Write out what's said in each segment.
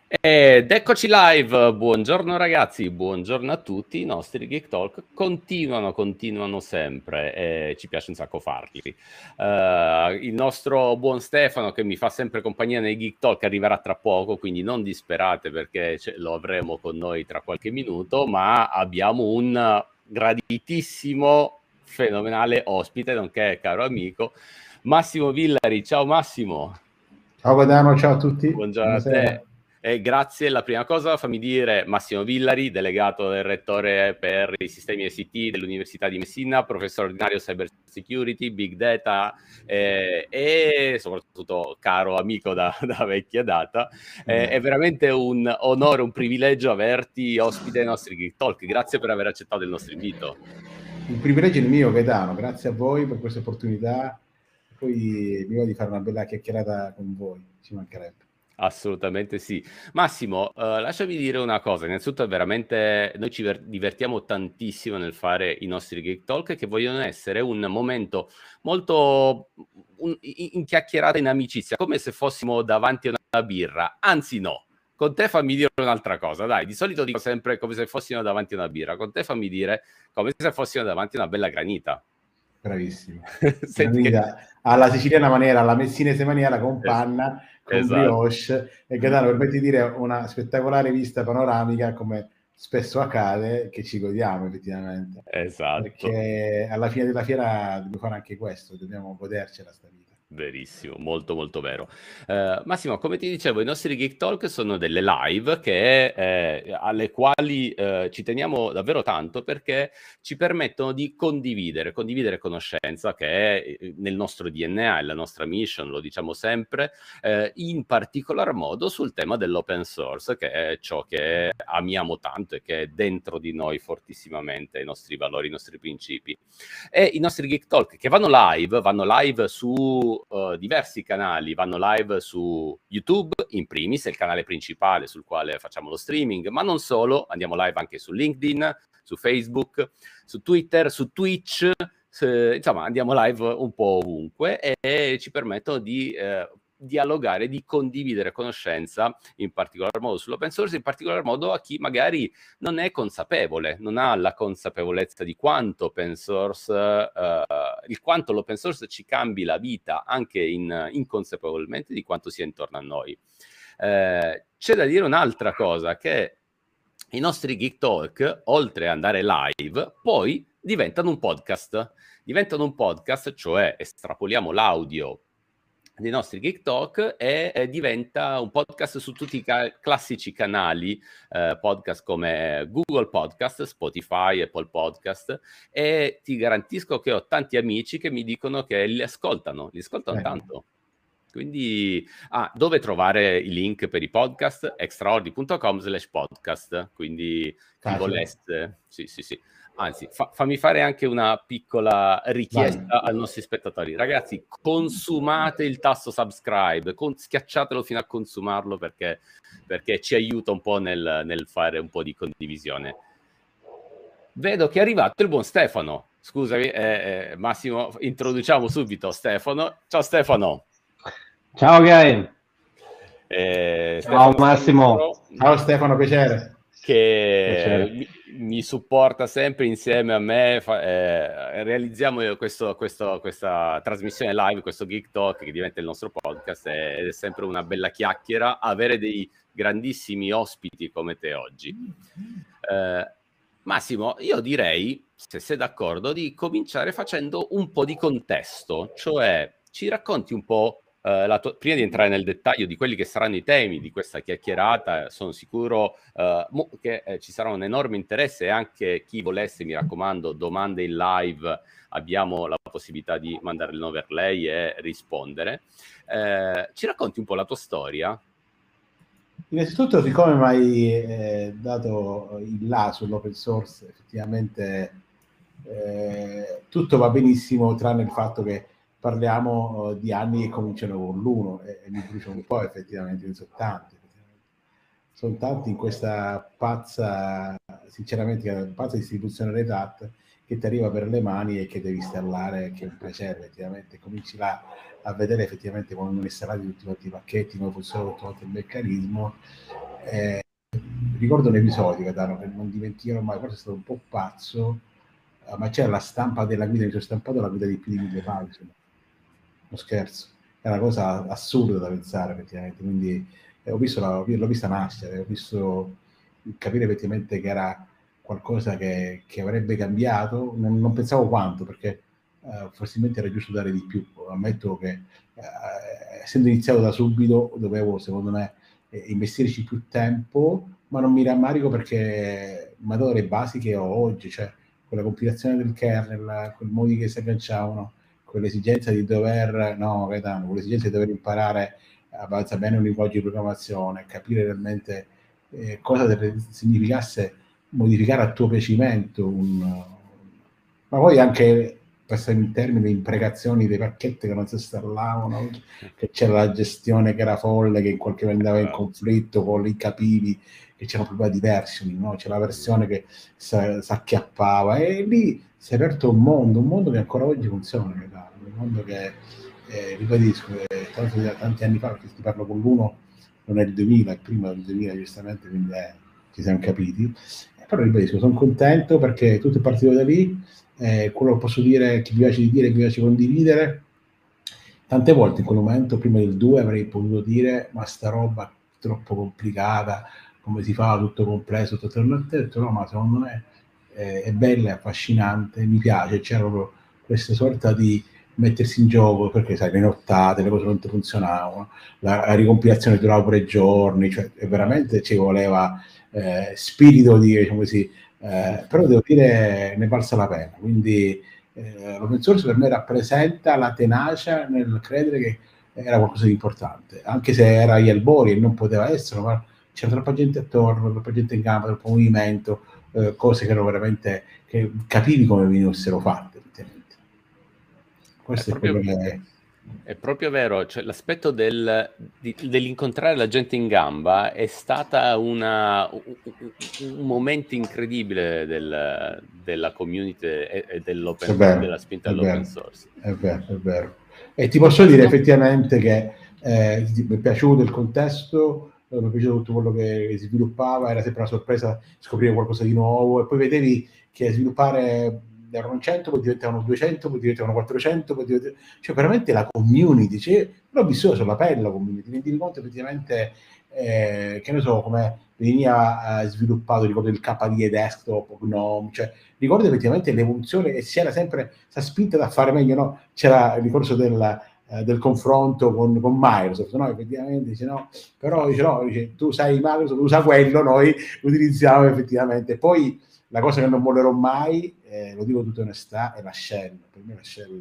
Ed eccoci live, buongiorno ragazzi, buongiorno a tutti, i nostri Geek Talk continuano sempre e ci piace un sacco farli. Il nostro buon Stefano, che mi fa sempre compagnia nei Geek Talk, arriverà tra poco, quindi non disperate perché lo avremo con noi tra qualche minuto, ma abbiamo un graditissimo, fenomenale ospite, nonché caro amico, Massimo Villari. Ciao Massimo. Ciao Gaetano, ciao a tutti. Buongiorno a Buonasera. te. Grazie. La prima cosa, fammi dire Massimo Villari, delegato del rettore per i sistemi ICT dell'Università di Messina, professore ordinario Cyber Security, Big Data e soprattutto caro amico da vecchia data. È veramente un onore, un privilegio averti ospite ai nostri Geek Talk. Grazie per aver accettato il nostro invito. Il privilegio è il mio, Gaetano. Grazie a voi per questa opportunità. Poi mi va di fare una bella chiacchierata con voi, ci mancherebbe. Assolutamente sì. Massimo, lasciami dire una cosa. Innanzitutto, veramente noi ci divertiamo tantissimo nel fare i nostri Geek Talk, che vogliono essere un momento molto in chiacchierata, in amicizia, come se fossimo davanti a una birra. Anzi, no. Con te fammi dire un'altra cosa, dai. Di solito dico sempre come se fossimo davanti a una birra. Con te fammi dire come se fossimo davanti a una bella granita. Bravissimo. Senti Granita alla siciliana maniera, alla messinese maniera, con panna, con esatto. brioche. E Gaetano, permetti di dire, una spettacolare vista panoramica, come spesso accade, che ci godiamo effettivamente. Esatto. Perché alla fine della fiera dobbiamo fare anche questo, dobbiamo godercela sta vita. Verissimo, molto molto vero. Massimo, come ti dicevo, i nostri Geek Talk sono delle live alle quali ci teniamo davvero tanto, perché ci permettono di condividere conoscenza, che è nel nostro DNA, è la nostra mission, lo diciamo sempre, in particolar modo sul tema dell'open source, che è ciò che amiamo tanto e che è dentro di noi fortissimamente, i nostri valori, i nostri principi. E i nostri Geek Talk che vanno live su diversi canali, vanno live su YouTube in primis, è il canale principale sul quale facciamo lo streaming, ma non solo, andiamo live anche su LinkedIn, su Facebook, su Twitter, su Twitch, insomma andiamo live un po' ovunque e ci permettono di dialogare, di condividere conoscenza, in particolar modo sull'open source, in particolar modo a chi magari non è consapevole, non ha la consapevolezza di quanto open source, il quanto l'open source ci cambi la vita anche inconsapevolmente di quanto sia intorno a noi. C'è da dire un'altra cosa, che i nostri Geek Talk, oltre ad andare live, poi diventano un podcast. Cioè estrapoliamo l'audio dei nostri Geek Talk e diventa un podcast su tutti i classici canali podcast come Google Podcast, Spotify, Apple Podcast, e ti garantisco che ho tanti amici che mi dicono che li ascoltano tanto. Quindi, dove trovare i link per i podcast? extraordi.com/podcast, quindi chi volesse, sì. Anzi, fammi fare anche una piccola richiesta ai nostri spettatori. Ragazzi, consumate il tasto subscribe, schiacciatelo fino a consumarlo, perché ci aiuta un po' nel fare un po' di condivisione. Vedo che è arrivato il buon Stefano. Scusami, Massimo, introduciamo subito Stefano. Ciao Stefano. Ciao Gai. Ciao Massimo. Ciao Stefano, piacere. Che mi supporta sempre insieme a me. Realizziamo questa trasmissione live, questo Geek Talk che diventa il nostro podcast, ed è sempre una bella chiacchiera avere dei grandissimi ospiti come te oggi. Massimo, io direi, se sei d'accordo, di cominciare facendo un po' di contesto, cioè ci racconti un po' prima di entrare nel dettaglio di quelli che saranno i temi di questa chiacchierata. Sono sicuro che ci sarà un enorme interesse, e anche chi volesse, mi raccomando, domande in live, abbiamo la possibilità di mandare il overlay e rispondere. Ci racconti un po' la tua storia? Innanzitutto, siccome mi hai dato il là sull'open source, effettivamente tutto va benissimo, tranne il fatto che parliamo di anni che cominciano con l'1 e mi brucio un po', effettivamente, sono tanti in questa pazza, sinceramente, pazza distribuzione Red Hat che ti arriva per le mani e che devi installare, che è un piacere, effettivamente. Cominci là a vedere effettivamente come vengono installati tutti quanti i pacchetti, come funziona tutto quanto il meccanismo, Ricordo un episodio, Gaetano, che non dimenticherò mai, forse è stato un po' pazzo, ma c'era la stampa della guida, mi sono stampato la guida di più di 1000 pagine, non scherzo, è una cosa assurda da pensare effettivamente, quindi l'ho vista nascere, ho visto capire effettivamente che era qualcosa che avrebbe cambiato, non pensavo quanto, perché forse era giusto dare di più, ammetto che essendo iniziato da subito dovevo, secondo me, investirci più tempo, ma non mi rammarico perché mi ha dato le basi che ho oggi, cioè quella compilazione del kernel, quel modi che si agganciavano, quell'esigenza di dover, no, Gaetano, quell'esigenza di dover imparare abbastanza bene un linguaggio di programmazione, capire realmente cosa significasse modificare a tuo piacimento ma poi anche passare in termini imprecazioni dei pacchetti che non si installavano, che c'era la gestione che era folle, che in qualche modo andava in conflitto, con i capivi, che c'erano problemi diversi, no? C'era la versione che s'acchiappava e lì si è aperto un mondo che ancora oggi funziona, un mondo che, ribadisco, tanti anni fa, perché ti parlo con l'uno, non è il 2000, è prima del 2000 giustamente, quindi ci siamo capiti, però ribadisco, sono contento perché tutto è partito da lì, quello che posso dire, che mi piace di dire, che mi piace condividere, tante volte in quel momento, prima del 2, avrei potuto dire, ma sta roba troppo complicata, come si fa, tutto complesso, tutto detto, no, ma secondo me è bella, è affascinante, mi piace, c'era proprio questa sorta di mettersi in gioco, perché sai, le nottate, le cose non funzionavano, la ricompilazione durava pure giorni, cioè veramente ci voleva spirito di, diciamo così, però devo dire ne valsa la pena, quindi l'open source per me rappresenta la tenacia nel credere che era qualcosa di importante, anche se era agli albori e non poteva essere, ma c'era troppa gente attorno, troppa gente in campo, troppo movimento, cose che erano veramente, che capivi come venissero fatte. Questo è quello che è proprio vero, cioè, l'aspetto dell'incontrare la gente in gamba è stata un momento incredibile della community e della spinta all'open source. È vero. E ti posso dire effettivamente che mi è piaciuto il contesto, mi è piaciuto tutto quello che si sviluppava, era sempre una sorpresa scoprire qualcosa di nuovo e poi vedevi che sviluppare erano 100, poi diventavano 200, poi diventavano 400, cioè veramente la community, cioè, l'ho vissuto sulla pelle la community, mi rendi conto effettivamente che ne so, come veniva sviluppato, ricordo il KDE desktop, GNOME, cioè ricordo effettivamente l'evoluzione e si era sempre spinta da fare meglio, no? C'era il ricorso del confronto con Microsoft, no? Effettivamente dice no, però dice no, dice, tu sai Microsoft, usa quello, noi utilizziamo effettivamente. Poi la cosa che non mollerò mai, lo dico tutta onestà, è la shell. Per me la shell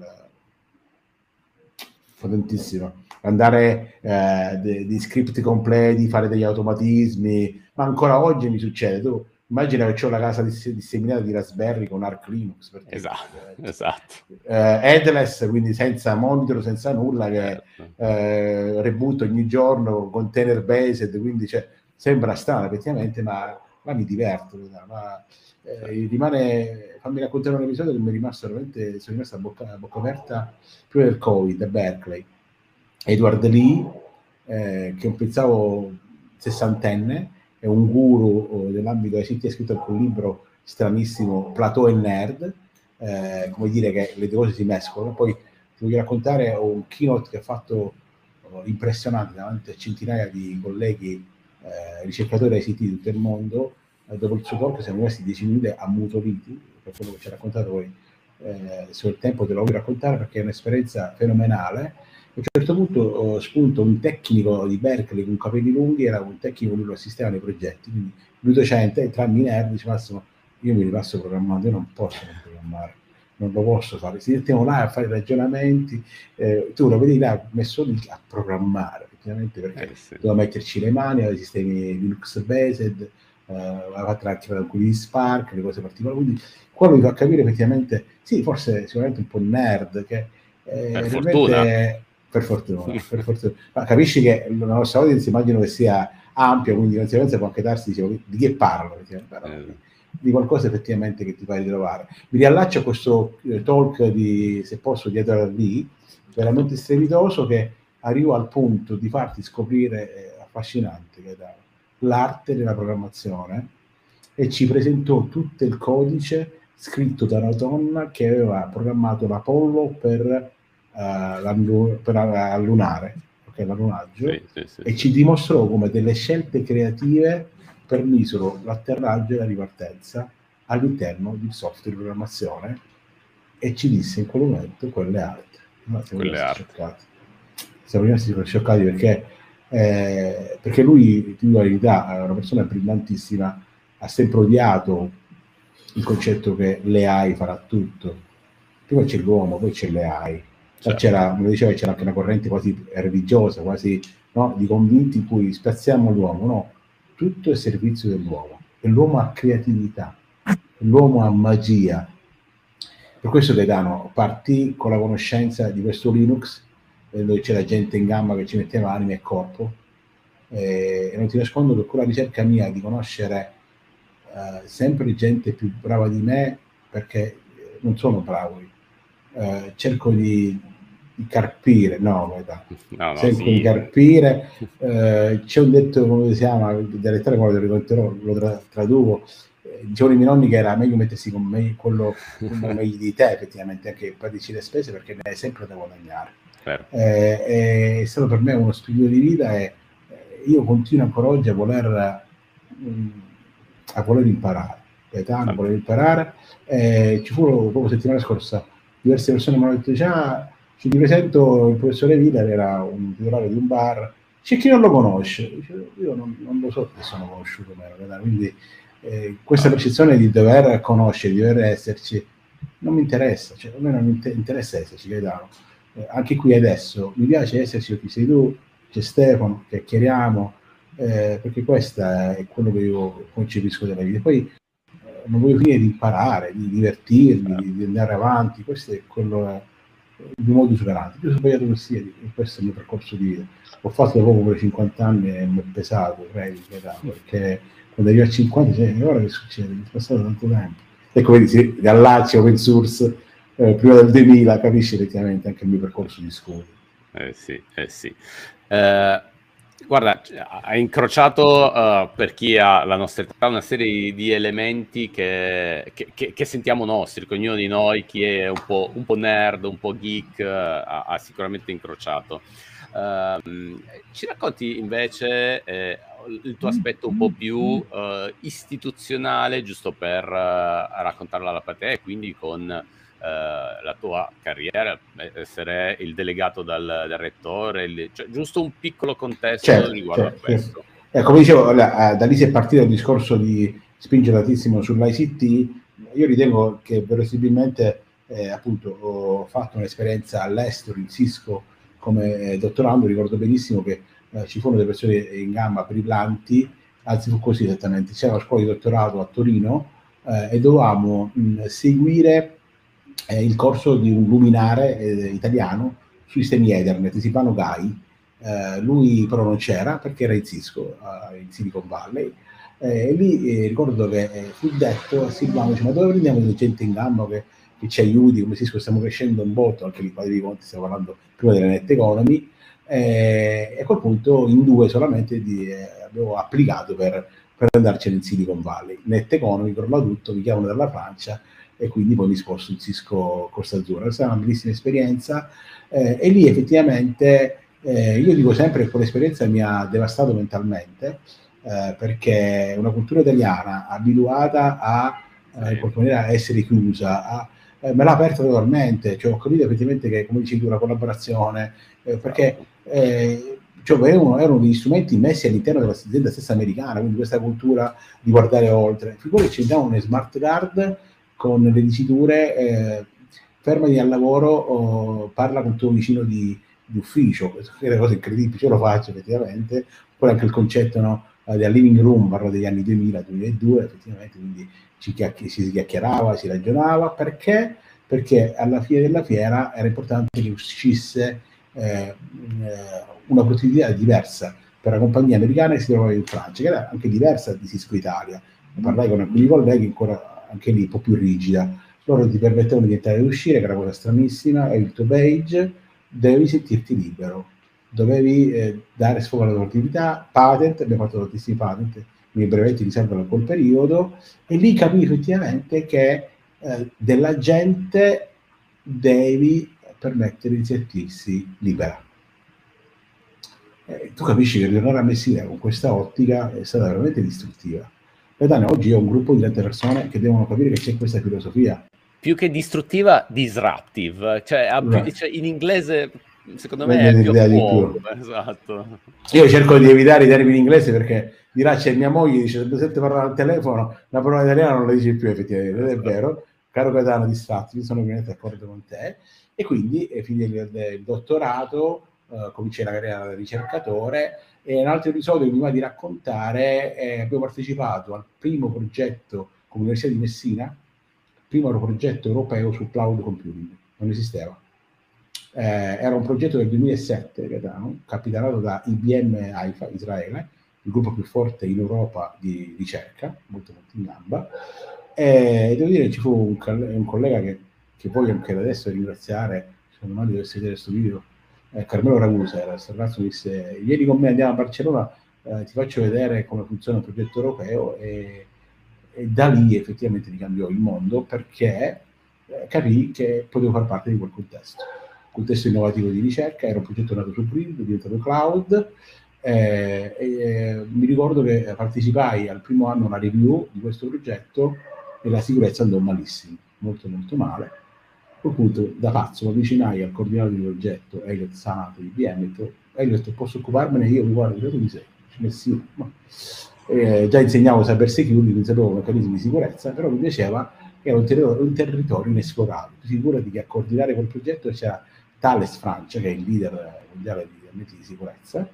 potentissima. Andare di script completi, fare degli automatismi, ma ancora oggi mi succede. Tu immagina che ho la casa disseminata di Raspberry con Arch Linux. Esatto. Headless, quindi senza monitor, senza nulla, che reboot ogni giorno, container based, quindi cioè, sembra strano effettivamente, ma mi diverto. Fammi raccontare un episodio che mi è rimasto veramente, sono rimasto a bocca aperta prima del Covid a Berkeley. Edward Lee, che pensavo sessantenne, è un guru dell'ambito ICT, ha scritto anche un libro stranissimo, Plateau e Nerd, come dire che le due cose si mescolano. Poi ti voglio raccontare un keynote che ha fatto impressionante davanti a centinaia di colleghi ricercatori ICT di tutto il mondo. Dopo il suo talk siamo rimasti 10 minuti ammutoliti per quello che ci ha raccontato poi sul tempo te lo voglio raccontare perché è un'esperienza fenomenale. A un certo punto spunto un tecnico di Berkeley con capelli lunghi, era un tecnico che lo assisteva nei progetti, quindi lui docente, entrambi nerd, dice Massimo, io mi ripasso programmando, io non posso non programmare, non lo posso fare, si mettiamo là a fare ragionamenti, tu lo vedi là messo lì a programmare, effettivamente, perché doveva metterci le mani, aveva sistemi Linux based, aveva fatto anche alcuni di Spark, le cose particolari, quindi quello mi fa capire effettivamente, sì, forse sicuramente un po' nerd, che per fortuna. Ma capisci che la nostra audience immagino che sia ampia, quindi di conseguenza può anche darsi di che parlo, di qualcosa effettivamente che ti fai ritrovare. Mi riallaccio a questo talk di, se posso, dietro lì, veramente strepitoso, che arrivo al punto di farti scoprire affascinante, l'arte della programmazione e ci presentò tutto il codice scritto da una donna che aveva programmato l'Apollo per l'allunare, okay, l'allunaggio, e ci dimostrò come delle scelte creative permisero l'atterraggio e la ripartenza all'interno di software di programmazione, e ci disse in quel momento quelle arte. No, siamo rimasti scioccati perché lui, ti dico la verità, è una persona brillantissima, ha sempre odiato il concetto che l'AI farà tutto. Prima c'è l'uomo, poi c'è l'AI. Certo. Mi diceva che c'era anche una corrente quasi religiosa, quasi, no, di convinti in cui spaziamo l'uomo. No, tutto è servizio dell'uomo, e l'uomo ha creatività, l'uomo ha magia. Per questo Gaetano partì con la conoscenza di questo Linux, dove c'era gente in gamba che ci metteva anima e corpo, e non ti nascondo che con la ricerca mia di conoscere sempre gente più brava di me, perché non sono bravo, cerco di carpire, di carpire. C'è un detto, come si chiama, dialettale, quando lo traduco, dicevano i miei nonni che era meglio mettersi con me, quello meglio di te, effettivamente, anche per dici le spese, perché ne hai sempre da guadagnare. È stato per me uno studio di vita, e io continuo ancora oggi a voler imparare. A voler imparare. Ci furono proprio settimana scorsa diverse persone mi hanno detto: ci presento il professore Wheeler, era un titolare di un bar, c'è chi non lo conosce. Io non lo so se sono conosciuto o meno, quindi questa percezione di dover conoscere, di dover esserci, non mi interessa, cioè a me non mi interessa esserci, Gaetano. Anche qui adesso mi piace esserci perché sei tu, c'è Stefano, chiacchieriamo, perché questo è quello che io concepisco della vita. Poi non voglio finire di imparare, di divertirmi, di andare avanti. Questo è quello, il mio modo superante. Più sbagliato che sia, questo è il mio percorso di vita. Ho fatto da poco per 50 anni e mi è pesato, perché quando arrivi a 50, ora che succede? Mi è passato tanto tempo. Ecco, vedi, dall'Azio, open source, prima del 2000, capisci effettivamente anche il mio percorso di studio. Sì. Guarda, ha incrociato per chi ha la nostra età una serie di elementi che sentiamo nostri, che ognuno di noi, chi è un po' nerd, un po' geek, ha sicuramente incrociato. Ci racconti invece il tuo aspetto un po' più istituzionale, giusto per raccontarla alla platea, e quindi con la tua carriera, essere il delegato dal rettore, cioè, giusto un piccolo contesto riguardo a questo. Come dicevo, da lì si è partito il discorso di spingere tantissimo sull'ICT. Io ritengo che verosimilmente appunto ho fatto un'esperienza all'estero in Cisco come dottorando. Ricordo benissimo che ci furono delle persone in gamba brillanti, anzi fu così esattamente, c'era una scuola di dottorato a Torino e dovevamo seguire il corso di un luminare italiano sui sistemi Ethernet, Silvano Gai. Lui però non c'era perché era in Cisco, in Silicon Valley, e lì ricordo che fu detto a Silvano: ma dove prendiamo della gente in gamba che ci aiuti, come Cisco stiamo crescendo un botto, anche lì quando conti stiamo parlando prima della net economy, e a quel punto in due solamente avevo applicato per andarcene in Silicon Valley. Net economy, crolla tutto, mi chiamano dalla Francia e quindi poi mi sposto in Cisco Costa Azzurra. È stata una bellissima esperienza, e lì effettivamente io dico sempre che quell'esperienza mi ha devastato mentalmente, perché una cultura italiana abituata a in qualche maniera essere chiusa, me l'ha aperta totalmente. Cioè, ho capito effettivamente che, come dici tu, la collaborazione, perché erano degli strumenti messi all'interno dell'azienda stessa americana, quindi questa cultura di guardare oltre. Figurati, ci davano una smart card con le diciture, fermati al lavoro, parla con il tuo vicino di ufficio. È una cosa incredibile, io lo faccio effettivamente. Poi anche il concetto, no, della living room, parlo degli anni 2000-2002, effettivamente, quindi si chiacchierava, si ragionava, perché alla fine della fiera era importante che uscisse una produttività diversa per la compagnia americana che si trovava in Francia, che era anche diversa di Cisco Italia. Parlai con alcuni colleghi, ancora anche lì un po' più rigida. Loro ti permettevano di entrare e uscire, che era una cosa stranissima, è il tuo page, devi sentirti libero. dovevi dare sfogo alla tua attività, patent, abbiamo fatto tantissimi patent, i miei brevetti riservano a quel periodo, e lì capì effettivamente che della gente devi permettere di sentirsi libera. Tu capisci che ritornare a Messina con questa ottica è stata veramente distruttiva. Gaetano, oggi ho un gruppo di tante persone che devono capire che c'è questa filosofia. Più che distruttiva, disruptive, cioè in inglese secondo me è più a fuoco. Esatto. Io cerco di evitare i termini inglesi perché dirà c'è mia moglie, dice se ti parla al telefono, la parola italiana non la dici più effettivamente, ed è vero, caro Gaetano, distratti, sono pienamente d'accordo con te, e quindi finì il dottorato, cominciai la carriera da ricercatore, e un altro episodio che mi va di raccontare, abbiamo partecipato al primo progetto con l'Università di Messina, primo progetto europeo sul cloud computing, non esisteva. Era un progetto del 2007, Gaetano, capitanato da IBM Haifa, Israele, il gruppo più forte in Europa di ricerca, molto molto in gamba. Devo dire che ci fu un collega che voglio anche adesso ringraziare, secondo me dovesse vedere questo video, Carmelo Ragusa, era questo ragazzo che disse: vieni con me, andiamo a Barcellona, ti faccio vedere come funziona un progetto europeo, e da lì effettivamente mi cambiò il mondo, perché capì che potevo far parte di quel contesto innovativo di ricerca. Era un progetto nato su Grid, diventato cloud, mi ricordo che partecipai al primo anno alla review di questo progetto e la sicurezza andò malissimo, molto molto male. A quel punto, da pazzo, mi avvicinai al coordinatore di progetto, Elliot Sanato di IBM, e detto: Elliot, posso occuparmene io? Mi guarda, tu mi sei? Sì. Già insegnavo cyber security, quindi sapevo meccanismi di sicurezza, però mi piaceva che era un territorio inesplorato. Figurati che a coordinare quel progetto c'era Thales Francia, che è il leader mondiale di ambienti di sicurezza,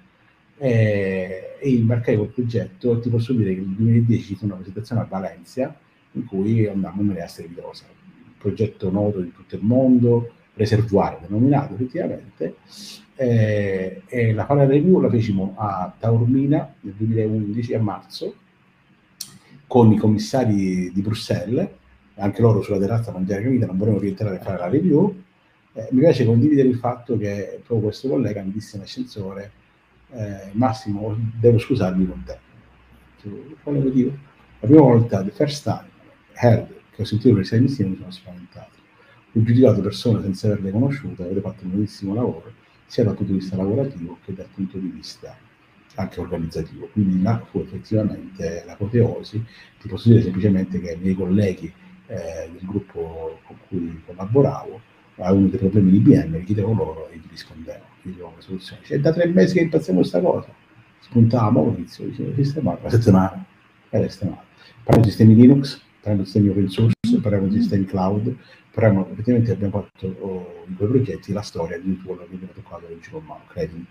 e imbarcai quel progetto. Ti posso dire che nel 2010 ci fu una presentazione a Valencia in cui andammo in maniera strepitosa, un progetto noto in tutto il mondo, Reservoir denominato effettivamente, e la final review la fecimo a Taormina nel 2011 a marzo con i commissari di Bruxelles, anche loro sulla terrazza a mangiare capita, non volevano rientrare a fare la review. Mi piace condividere il fatto che proprio questo collega mi disse in ascensore: Massimo, devo scusarmi con te. Quale motivo? La prima volta, the first time heard, che ho sentito l'Università di Messina, mi sono spaventato. Ho giudicato persone senza averle conosciute, avete fatto un buonissimo lavoro, sia dal punto di vista lavorativo che dal punto di vista anche organizzativo. Quindi là fu effettivamente l'apoteosi. Ti posso dire semplicemente che i miei colleghi del gruppo con cui collaboravo avevano dei problemi di IBM, li chiedevo loro e gli rispondevo, gli dicevo una soluzione. Cioè, da 3 mesi che impazziamo questa cosa, spuntavamo, Maurizio diceva sistemare una settimana, era sistemato. Parliamo di sistemi Linux, parliamo di sistemi open source, parliamo di sistemi cloud, però effettivamente abbiamo fatto in quei progetti la storia di tutto quello che abbiamo toccato oggi con mano, credimi.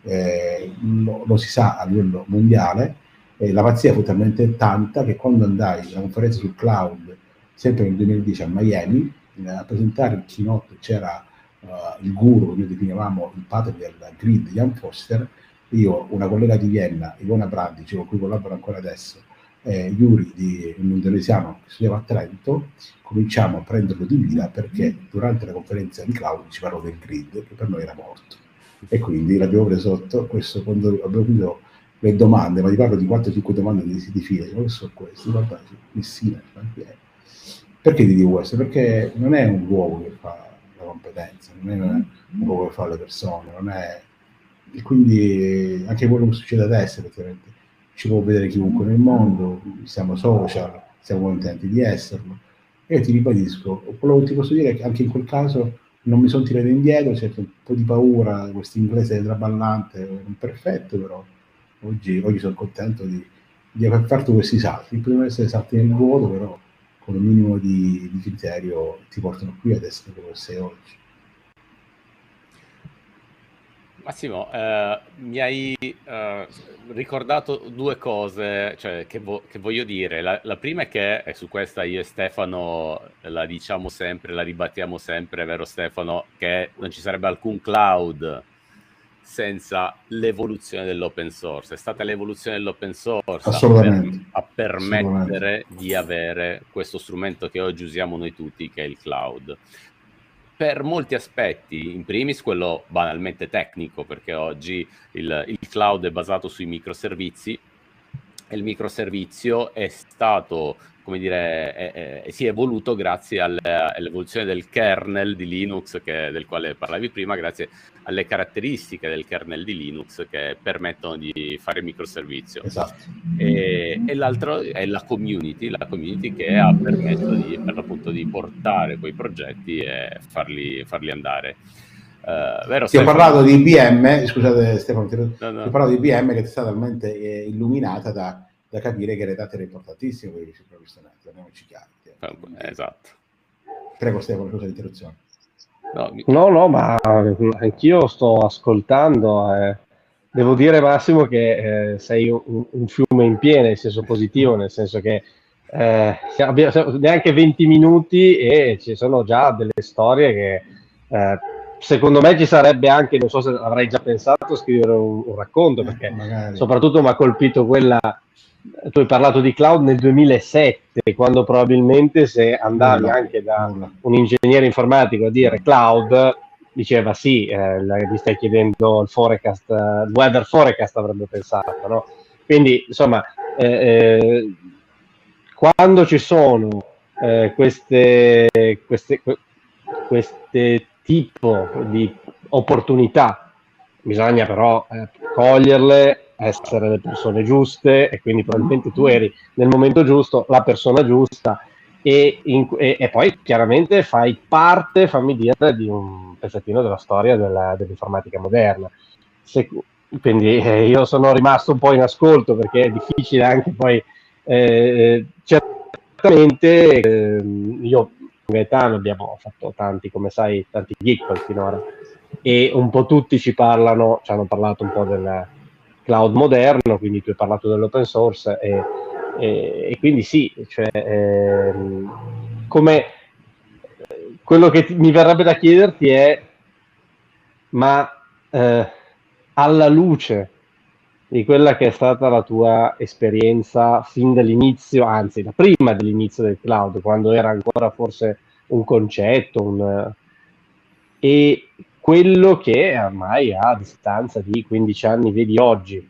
Lo si sa a livello mondiale, la pazzia fu talmente tanta che quando andai alla conferenza sul cloud, sempre nel 2010 a Miami, a presentare il keynote c'era il guru, noi definivamo il padre del grid, Jan Foster, io, una collega di Vienna, Ivona Brandici, con cui collaboro ancora adesso, Yuri, un indonesiano che studiava a Trento, cominciamo a prenderlo di mira perché durante la conferenza di cloud ci parlò del grid, che per noi era morto. E quindi l'abbiamo preso sotto questo, quando abbiamo finito le domande, ma ti parlo di 4-5 domande di fila, che sono queste, guardate, Messina, perché ti dico questo? Perché non è un luogo che fa la competenza, non è un luogo che fa le persone, non è... E quindi anche quello che succede adesso, effettivamente, ci può vedere chiunque nel mondo, siamo social, siamo contenti di esserlo. E io ti ribadisco, quello che ti posso dire è che anche in quel caso non mi sono tirato indietro, c'è un po' di paura, questo inglese traballante, non perfetto, però oggi sono contento di aver fatto questi salti. Prima di essere salti nel vuoto, però con un minimo di criterio ti portano qui ad essere come sei oggi. Massimo, mi hai ricordato 2 cose, cioè, che voglio dire. La prima è che, e su questa io e Stefano la diciamo sempre, la ribattiamo sempre, vero Stefano, che non ci sarebbe alcun cloud senza l'evoluzione dell'open source. È stata l'evoluzione dell'open source a permettere di avere questo strumento che oggi usiamo noi tutti, che è il cloud. per molti aspetti, in primis quello banalmente tecnico, perché oggi il cloud è basato sui microservizi e il microservizio è stato, come dire, si è evoluto grazie all'evoluzione del kernel di Linux, del quale parlavi prima, grazie alle caratteristiche del kernel di Linux che permettono di fare il microservizio. Esatto. E l'altro è la community che ha permesso per l'appunto di portare quei progetti e farli andare. Vero, ti ho Stefano? parlato di IBM, scusate Stefano, ti ho No. parlato di IBM che è stata talmente illuminata da capire che Red Hat era importantissimo per i propri strumenti, andiamoci chiari. Esatto. Prego Stefano, scusa l'interruzione. No, ma anch'io sto ascoltando. Devo dire, Massimo, che sei un fiume in piena, in senso positivo, nel senso che abbiamo neanche 20 minuti e ci sono già delle storie che secondo me ci sarebbe anche, non so se avrei già pensato a scrivere un racconto, perché magari. Soprattutto mi ha colpito quella. Tu hai parlato di cloud nel 2007, quando probabilmente se andavi anche da un ingegnere informatico a dire cloud, diceva sì, gli stai chiedendo il forecast, il weather forecast avrebbe pensato, no? Quindi insomma, quando ci sono queste tipo di opportunità, bisogna però coglierle, essere le persone giuste, e quindi probabilmente tu eri nel momento giusto, la persona giusta, e poi chiaramente fai parte, fammi dire, di un pezzettino della storia dell'informatica moderna. Quindi io sono rimasto un po' in ascolto, perché è difficile anche poi certamente io Gaetano abbiamo fatto tanti, come sai, tanti geek finora, e un po' tutti ci hanno parlato un po' del cloud moderno, quindi tu hai parlato dell'open source e quindi sì, cioè come quello che mi verrebbe da chiederti è, ma alla luce di quella che è stata la tua esperienza fin dall'inizio, anzi da prima dell'inizio del cloud, quando era ancora forse un concetto, e quello che ormai a distanza di 15 anni vedi oggi,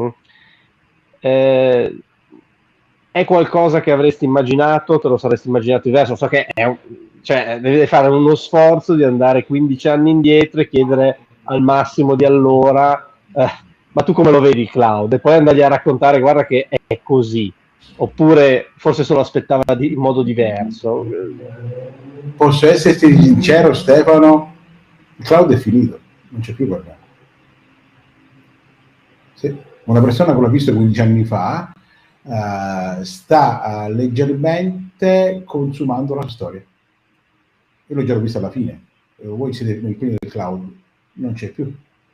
è qualcosa che avresti immaginato, te lo saresti immaginato diverso? So che devi fare uno sforzo di andare 15 anni indietro e chiedere al Massimo di allora ma tu come lo vedi il cloud? E poi andargli a raccontare, guarda che è così, oppure forse se lo aspettava in modo diverso. Posso esserti sincero, Stefano? Il cloud è finito, non c'è più qualcosa. Sì. Una persona che l'ho visto 15 anni fa sta leggermente consumando la storia. Io l'ho già visto alla fine. Voi siete nel pieno del cloud, non c'è più.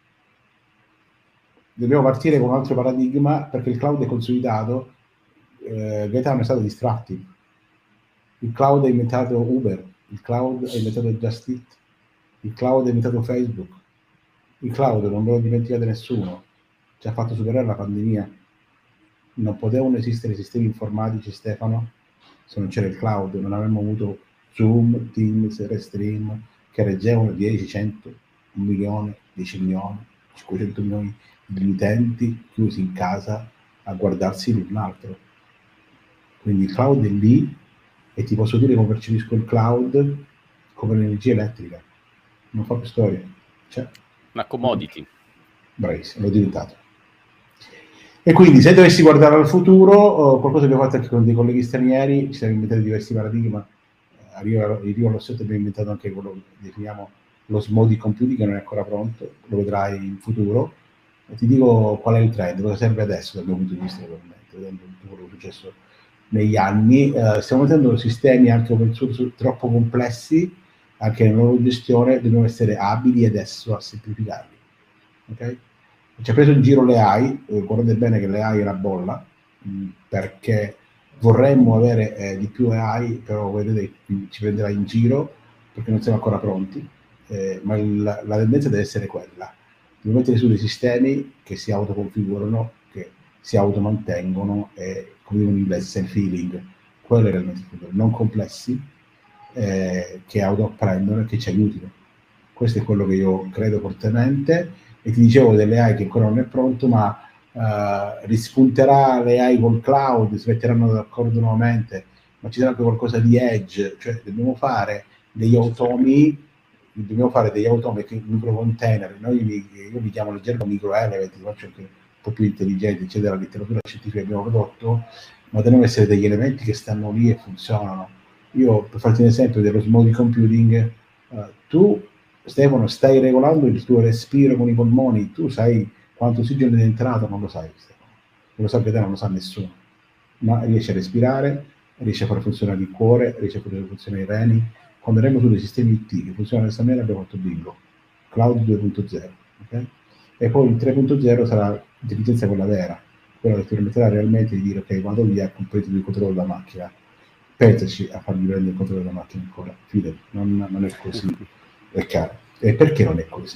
Dobbiamo partire con un altro paradigma, perché il cloud è consolidato. Gaetano è stato distratti. Il cloud ha inventato Uber, il cloud ha inventato Just Eat, il cloud ha inventato Facebook. Il cloud, non ve lo dimenticate nessuno, ci ha fatto superare la pandemia. Non potevano esistere sistemi informatici, Stefano, se non c'era il cloud. Non avremmo avuto Zoom, Teams, Restream, che reggevano 10, 100, 1 milione, 10 milioni, 500 milioni di utenti chiusi in casa a guardarsi l'un l'altro. Quindi il cloud è lì, e ti posso dire come percepisco il cloud come l'energia elettrica. Non fa più storia. Cioè, una commodity. Bravissimo, l'ho diventato. E quindi se dovessi guardare al futuro, qualcosa che abbiamo fatto anche con dei colleghi stranieri, ci siamo inventati diversi paradigmi. Arriva allo stesso, abbiamo inventato anche quello che definiamo l'osmotic computing, che non è ancora pronto, lo vedrai in futuro. E ti dico qual è il trend, cosa serve adesso dal mio punto di vista, vedendo tutto quello che è successo negli anni. Stiamo mettendo sistemi anche open source troppo complessi, anche nella loro gestione dobbiamo essere abili adesso a semplificarli. Ok? Ci ha preso in giro le AI, guardate bene che le AI è una bolla, perché vorremmo avere di più AI, però vedete ci prenderà in giro perché non siamo ancora pronti, ma la tendenza deve essere quella. Dobbiamo mettere su dei sistemi che si autoconfigurano, che si automantengono e, come dicono in inglese, self-healing. Quello è realmente il futuro. Non complessi, che autoapprendono e che ci aiutino. Questo è quello che io credo fortemente, e ti dicevo delle AI che ancora non è pronto, ma rispunterà le AI col cloud, si metteranno d'accordo nuovamente, ma ci sarà anche qualcosa di edge, cioè dobbiamo fare degli automi, che microcontainer, io li chiamo il gergo microelement, li faccio anche un po' più intelligenti, eccetera, la letteratura scientifica che abbiamo prodotto, ma devono essere degli elementi che stanno lì e funzionano. Io, per farti un esempio dell'osmotic computing, tu, Stefano, stai regolando il tuo respiro con i polmoni, tu sai quanto ossigeno è entrato, non lo sai, Stefano. Non lo sa te, non lo sa nessuno, ma riesci a respirare, riesci a far funzionare il cuore, riesci a far funzionare i reni. Quando avremo tutti i sistemi IT che funzionano in questa maniera, abbiamo fatto bingo. Cloud 2.0, okay? E poi il 3.0 sarà l'intelligenza quella vera, quella che ti permetterà realmente di dire ok, vado via, completo il controllo della macchina. Pensaci a fargli prendere il controllo della macchina ancora, fidati, non è così, è chiaro. E perché non è così?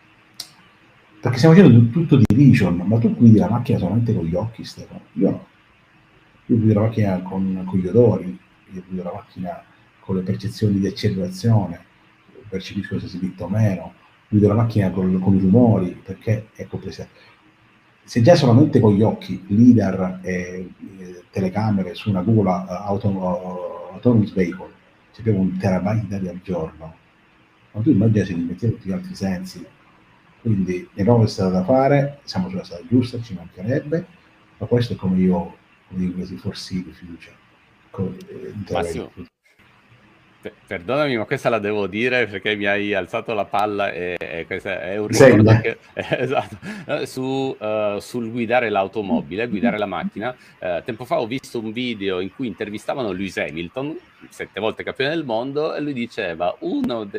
Perché stiamo facendo tutto di vision, ma tu guidi la macchina solamente con gli occhi, Stefano. Io no. Io guido la macchina con gli odori, io guido la macchina con le percezioni di accelerazione, percepisco se si dritto o meno, guido la macchina con i rumori, perché è complessa. Se già solamente con gli occhi, lidar e telecamere su una Google Autonomous Vehicle ci abbiamo 1 terabyte di dati al giorno, ma tu immagini se li mettiamo tutti gli altri sensi. Quindi è nuova strada da fare, siamo sulla strada giusta, ci mancherebbe, ma questo è come io, come inglesi, foresee fiducia. Massimo, perdonami, ma questa la devo dire perché mi hai alzato la palla e questo è un ricordo anche, esatto, sul guidare l'automobile, guidare la macchina. Tempo fa ho visto un video in cui intervistavano Lewis Hamilton, 7 volte campione del mondo, e lui diceva un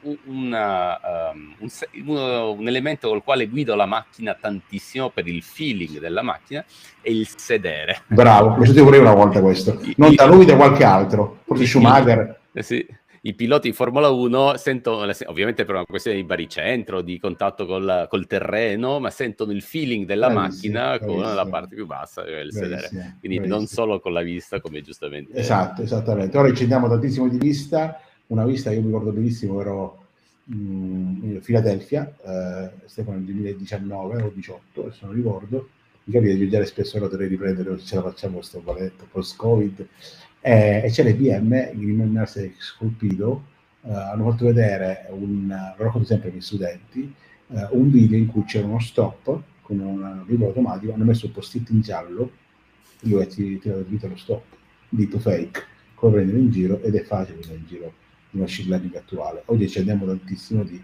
elemento col quale guido la macchina tantissimo per il feeling della macchina è il sedere. Bravo, lo sentivo pure una volta questo, non da lui, da qualche altro, forse Schumacher. Sì, i piloti di Formula 1 sentono, ovviamente per una questione di baricentro, di contatto col terreno, ma sentono il feeling della macchina con la parte più bassa, il sedere. Quindi non solo con la vista, come giustamente... Esatto, esattamente. Ora ci andiamo tantissimo di vista, una vista, io mi ricordo benissimo, ero in Filadelfia, Stefano, nel 2019 o 2018, adesso non ricordo, mi capita di viaggiare spesso, ora dovrei riprendere, se ce la facciamo questo balletto post-Covid, e c'era IBM, mi rimase scolpito, hanno fatto vedere, lo racconto sempre ai miei studenti, un video in cui c'era uno stop con un video automatico, hanno messo il post-it in giallo, lui ha tirato il dito allo stop, deepfake, come prendere in giro, ed è facile prendere in giro il machine learning attuale. Oggi ci andiamo tantissimo di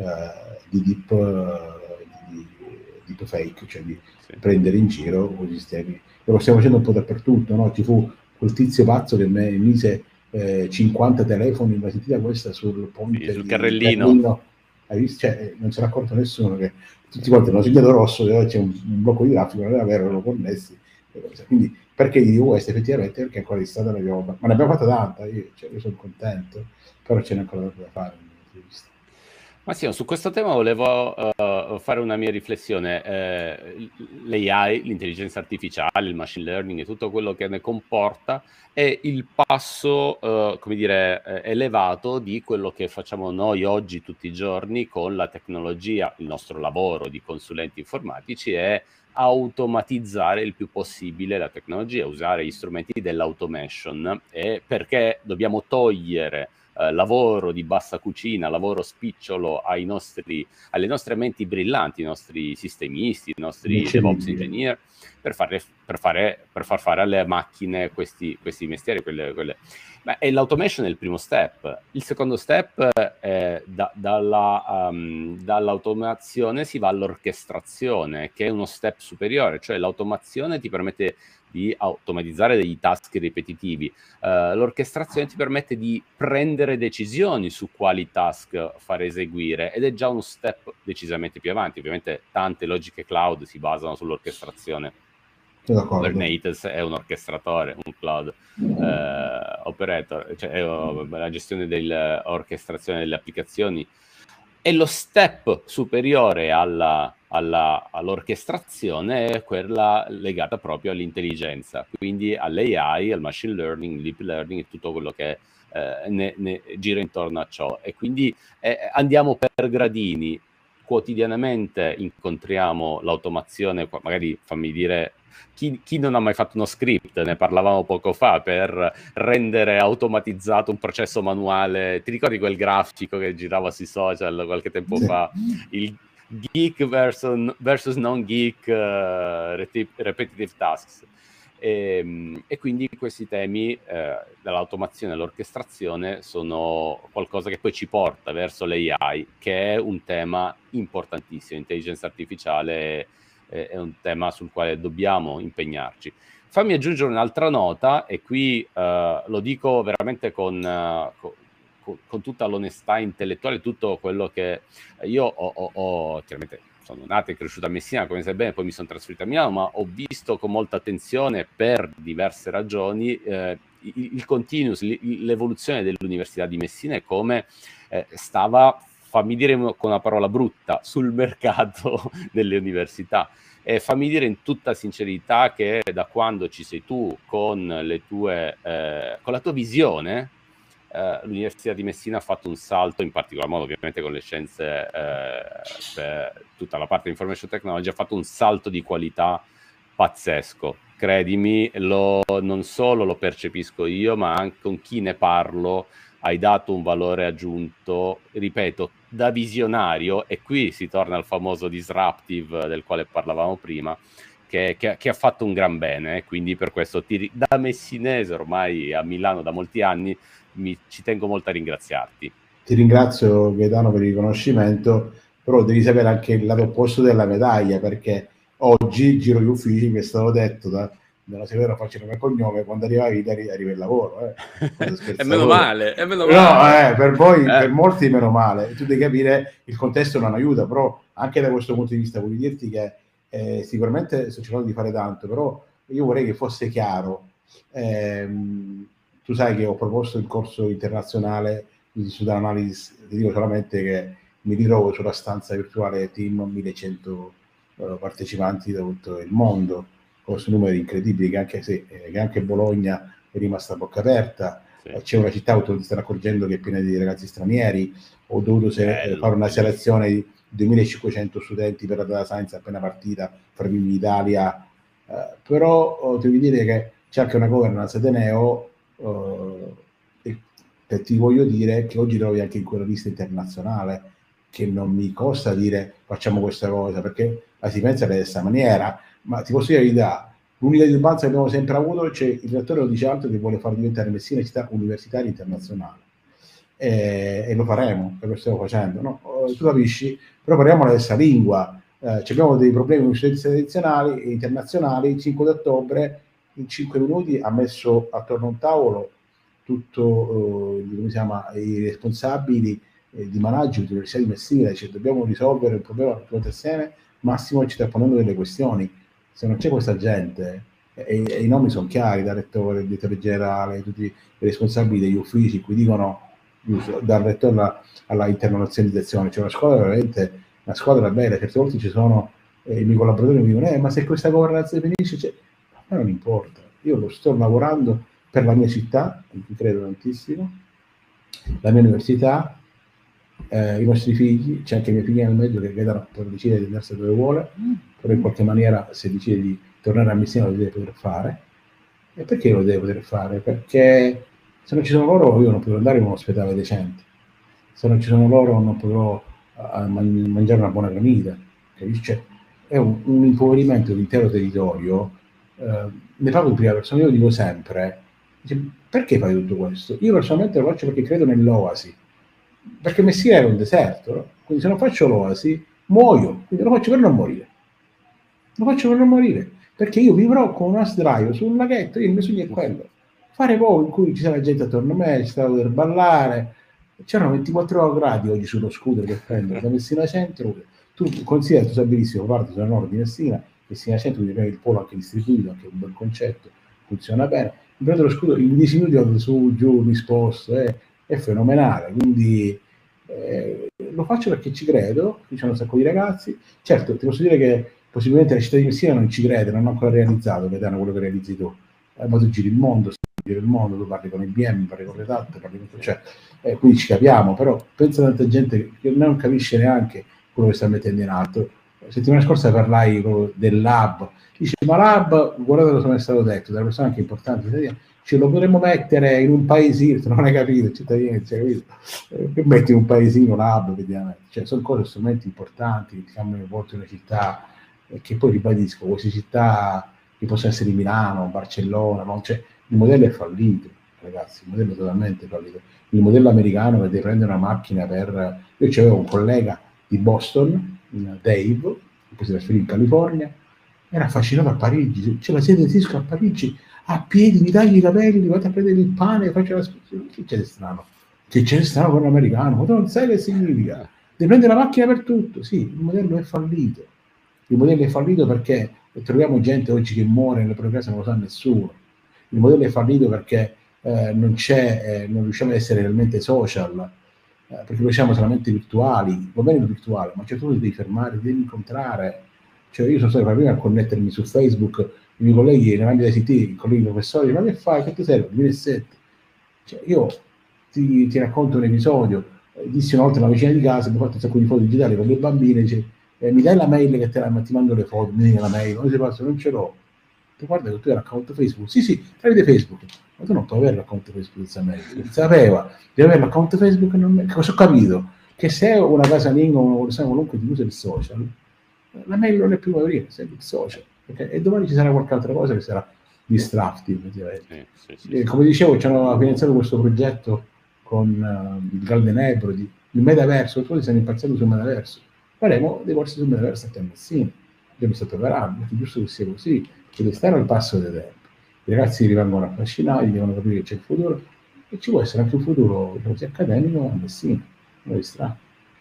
deepfake, cioè di prendere in giro i sistemi. Lo stiamo facendo un po' dappertutto, no? Ci fu quel tizio pazzo che mise 50 telefoni, ma sentita questa sul ponte sul carrellino. Hai visto? Cioè, non se n'è accorto nessuno che tutti quanti hanno segnato rosso, dove c'è un blocco di traffico, non era vero, erano connessi. Quindi perché gli dico questo? Effettivamente perché ancora di strada ne abbiamo, ma ne abbiamo fatta tanta, io sono contento, però ce n'è ancora tanto da fare. Massimo, su questo tema volevo fare una mia riflessione. L'AI, l'intelligenza artificiale, il machine learning e tutto quello che ne comporta è il passo, come dire, elevato di quello che facciamo noi oggi tutti i giorni con la tecnologia. Il nostro lavoro di consulenti informatici è automatizzare il più possibile la tecnologia, usare gli strumenti dell'automation, perché dobbiamo togliere lavoro di bassa cucina, lavoro spicciolo alle nostre menti brillanti, i nostri sistemisti, i nostri DevOps engineer, per far fare alle macchine questi mestieri, quelle. E l'automation è il primo step. Il secondo step è dall'automazione si va all'orchestrazione, che è uno step superiore, cioè l'automazione ti permette di automatizzare degli task ripetitivi. L'orchestrazione ti permette di prendere decisioni su quali task far eseguire, ed è già uno step decisamente più avanti. Ovviamente tante logiche cloud si basano sull'orchestrazione. Kubernetes è un orchestratore, un cloud operator, cioè è la gestione dell'orchestrazione delle applicazioni. E lo step superiore all'orchestrazione è quella legata proprio all'intelligenza, quindi all'AI, al machine learning, deep learning e tutto quello che ne gira intorno a ciò. E quindi andiamo per gradini. Quotidianamente incontriamo l'automazione, magari fammi dire, chi non ha mai fatto uno script, ne parlavamo poco fa, per rendere automatizzato un processo manuale. Ti ricordi quel grafico che girava sui social qualche tempo fa? Il geek versus non geek repetitive tasks. E quindi questi temi dall'automazione all'orchestrazione sono qualcosa che poi ci porta verso l'AI, che è un tema importantissimo. L'intelligenza artificiale è un tema sul quale dobbiamo impegnarci. Fammi aggiungere un'altra nota, e qui lo dico veramente con tutta l'onestà intellettuale, tutto quello che io ho chiaramente sono nato e cresciuto a Messina, come sai bene, poi mi sono trasferito a Milano, ma ho visto con molta attenzione, per diverse ragioni, il continuous, l'evoluzione dell'Università di Messina e come stava, fammi dire con una parola brutta, sul mercato delle università. E fammi dire in tutta sincerità che da quando ci sei tu con la tua visione, l'Università di Messina ha fatto un salto, in particolar modo ovviamente con le scienze, per tutta la parte di information technology, ha fatto un salto di qualità pazzesco. Credimi, non solo lo percepisco io, ma anche con chi ne parlo hai dato un valore aggiunto, ripeto, da visionario, e qui si torna al famoso disruptive del quale parlavamo prima, che ha fatto un gran bene, quindi per questo da messinese ormai a Milano da molti anni ci tengo molto a ringraziarti. Ti ringrazio Gaetano per il riconoscimento, però devi sapere anche il lato opposto della medaglia, perché oggi giro gli uffici, mi è stato detto dalla segretaria, faccio nome e cognome, quando arriva Vita arriva il lavoro. È meno male, è meno male. No, per voi, per molti meno male. Tu devi capire, il contesto non aiuta, però anche da questo punto di vista voglio dirti che sicuramente sto cercando di fare tanto, però io vorrei che fosse chiaro. Tu sai che ho proposto il corso internazionale di Student Analysis, ti dico solamente che mi ritrovo sulla stanza virtuale Team 1100 partecipanti da tutto il mondo, con numeri incredibili, che anche Bologna è rimasta a bocca aperta. Sì. C'è una città, ti stanno accorgendo, che è piena di ragazzi stranieri. Ho dovuto fare una selezione di 2500 studenti per la data science appena partita, fra in Italia, però devi dire che c'è anche una governance Ateneo, e ti voglio dire che oggi trovi anche in quella lista internazionale, che non mi costa dire facciamo questa cosa, perché si pensa in questa maniera, ma ti posso dire la verità, l'unica disturbanza che abbiamo sempre avuto, c'è il rettore lo dice altro, che vuole far diventare Messina città universitaria internazionale, e lo faremo, e lo stiamo facendo, no? Tu capisci, però parliamo la stessa lingua. Abbiamo dei problemi con le università tradizionali e internazionali. Il 5 ottobre in 5 minuti ha messo attorno a un tavolo tutto i responsabili di management dell'Università di Messina, cioè dobbiamo risolvere il problema tutti assieme. Massimo ci sta ponendo delle questioni, se non c'è questa gente, e i nomi sono chiari, dal rettore, il direttore generale, tutti i responsabili degli uffici, qui dicono dal rettore alla internazionalizzazione, cioè una squadra veramente, una squadra bella. Certe volte ci sono i miei collaboratori mi dicono ma se questa governanza finisce, cioè, a me non importa, io lo sto lavorando per la mia città, in cui credo tantissimo, la mia università, i nostri figli. C'è anche i miei figli nel mezzo che Gaetano può decidere di andarsene dove vuole, però in qualche maniera se decide di tornare a Messina lo deve poter fare. E perché lo deve poter fare? Perché se non ci sono loro io non potrò andare in un ospedale decente, se non ci sono loro non potrò mangiare una buona granita, capisci? È un impoverimento dell'intero territorio. Ne parlo in prima persona, io dico sempre, perché fai tutto questo? Io personalmente lo faccio perché credo nell'oasi, perché Messina era un deserto, no? Quindi se non faccio l'oasi muoio, quindi lo faccio per non morire, perché io vivrò con una sdraio su un laghetto. Io il mio sogno è quello, fare poco in cui ci sarà gente attorno a me, ci sarà poter ballare. C'erano 24 gradi oggi sullo scooter che prendo da Messina Centro. Tu consideri, tu sai benissimo, parti sulla nord di Messina Centro, quindi il polo anche distribuito, anche un bel concetto, funziona bene. Mi prendo lo scooter, in 10 minuti vado su, giù, mi sposto, è fenomenale, quindi lo faccio perché ci credo. Qui c'è un sacco di ragazzi. Certo, ti posso dire che possibilmente la città di Messina non ci crede, non ho ancora realizzato, Gaetano, quello che realizzi tu, ma tu giri il mondo, del mondo, tu parli con IBM, parli con Red Hat, parli con... cioè, quindi ci capiamo, però pensa a tanta gente che non capisce neanche quello che sta mettendo in atto. Settimana scorsa parlai del lab, dice ma lab, guardate cosa mi è stato detto dalle persone anche importanti, ce lo potremmo mettere in un paesino, non hai capito, cittadini, capito? Che metti in un paesino lab, vediamo, cioè sono cose, strumenti importanti che ti cambiano le volte una città, che poi ribadisco, queste città che possono essere Milano, Barcellona, no? Cioè, il modello è fallito, ragazzi, il modello è totalmente fallito. Il modello americano che devi prendere una macchina per... Io c'avevo un collega di Boston, Dave, che poi si trasferì in California, era affascinato a Parigi, c'è la sede di Cisco a Parigi, a piedi, mi tagli i capelli, vado a prendere il pane, faccio la... Che c'è di strano? Che c'è di strano con l'americano? Ma tu non sai che significa? Devi prendere la macchina per tutto. Sì, il modello è fallito. Il modello è fallito perché troviamo gente oggi che muore nelle proprie case, non lo sa nessuno. Il modello è fallito perché non riusciamo ad essere realmente social, perché lo siamo solamente virtuali. Va bene il virtuale, ma cioè tu ti devi fermare, ti devi incontrare. Cioè io sono stato prima a connettermi su Facebook, i miei colleghi nell'ambito ICT, i colleghi professori, ma che fai? Che ti serve? 2007. Cioè, io ti racconto un episodio, dissi una volta una vicina di casa, mi ho fatto un sacco di foto digitali con le bambine, dice, mi dai la mail che ti mando le foto, mi dai la mail, non ce l'ho. Guarda che tu hai l'account Facebook, sì, tramite Facebook, ma tu non puoi avere l'account Facebook di mail, non sapeva, devi avere l'account Facebook, cosa ho capito? Che se è una casalinga o una persona qualunque ti usa il social, la mail non è più aprire, è il social, e domani ci sarà qualche altra cosa che sarà distractive. Sì. Come dicevo, ci hanno finanziato questo progetto con il Galden Ebro, il metaverso, tutti siamo impazziti sul metaverso, faremo dei corsi sul metaverso a Messina, io mi sto preparando, è giusto che sia così, che deve stare al passo dei tempi. I ragazzi rimangono affascinati, devono capire che c'è il futuro, e ci può essere anche un futuro accademico a Messina, non distratto.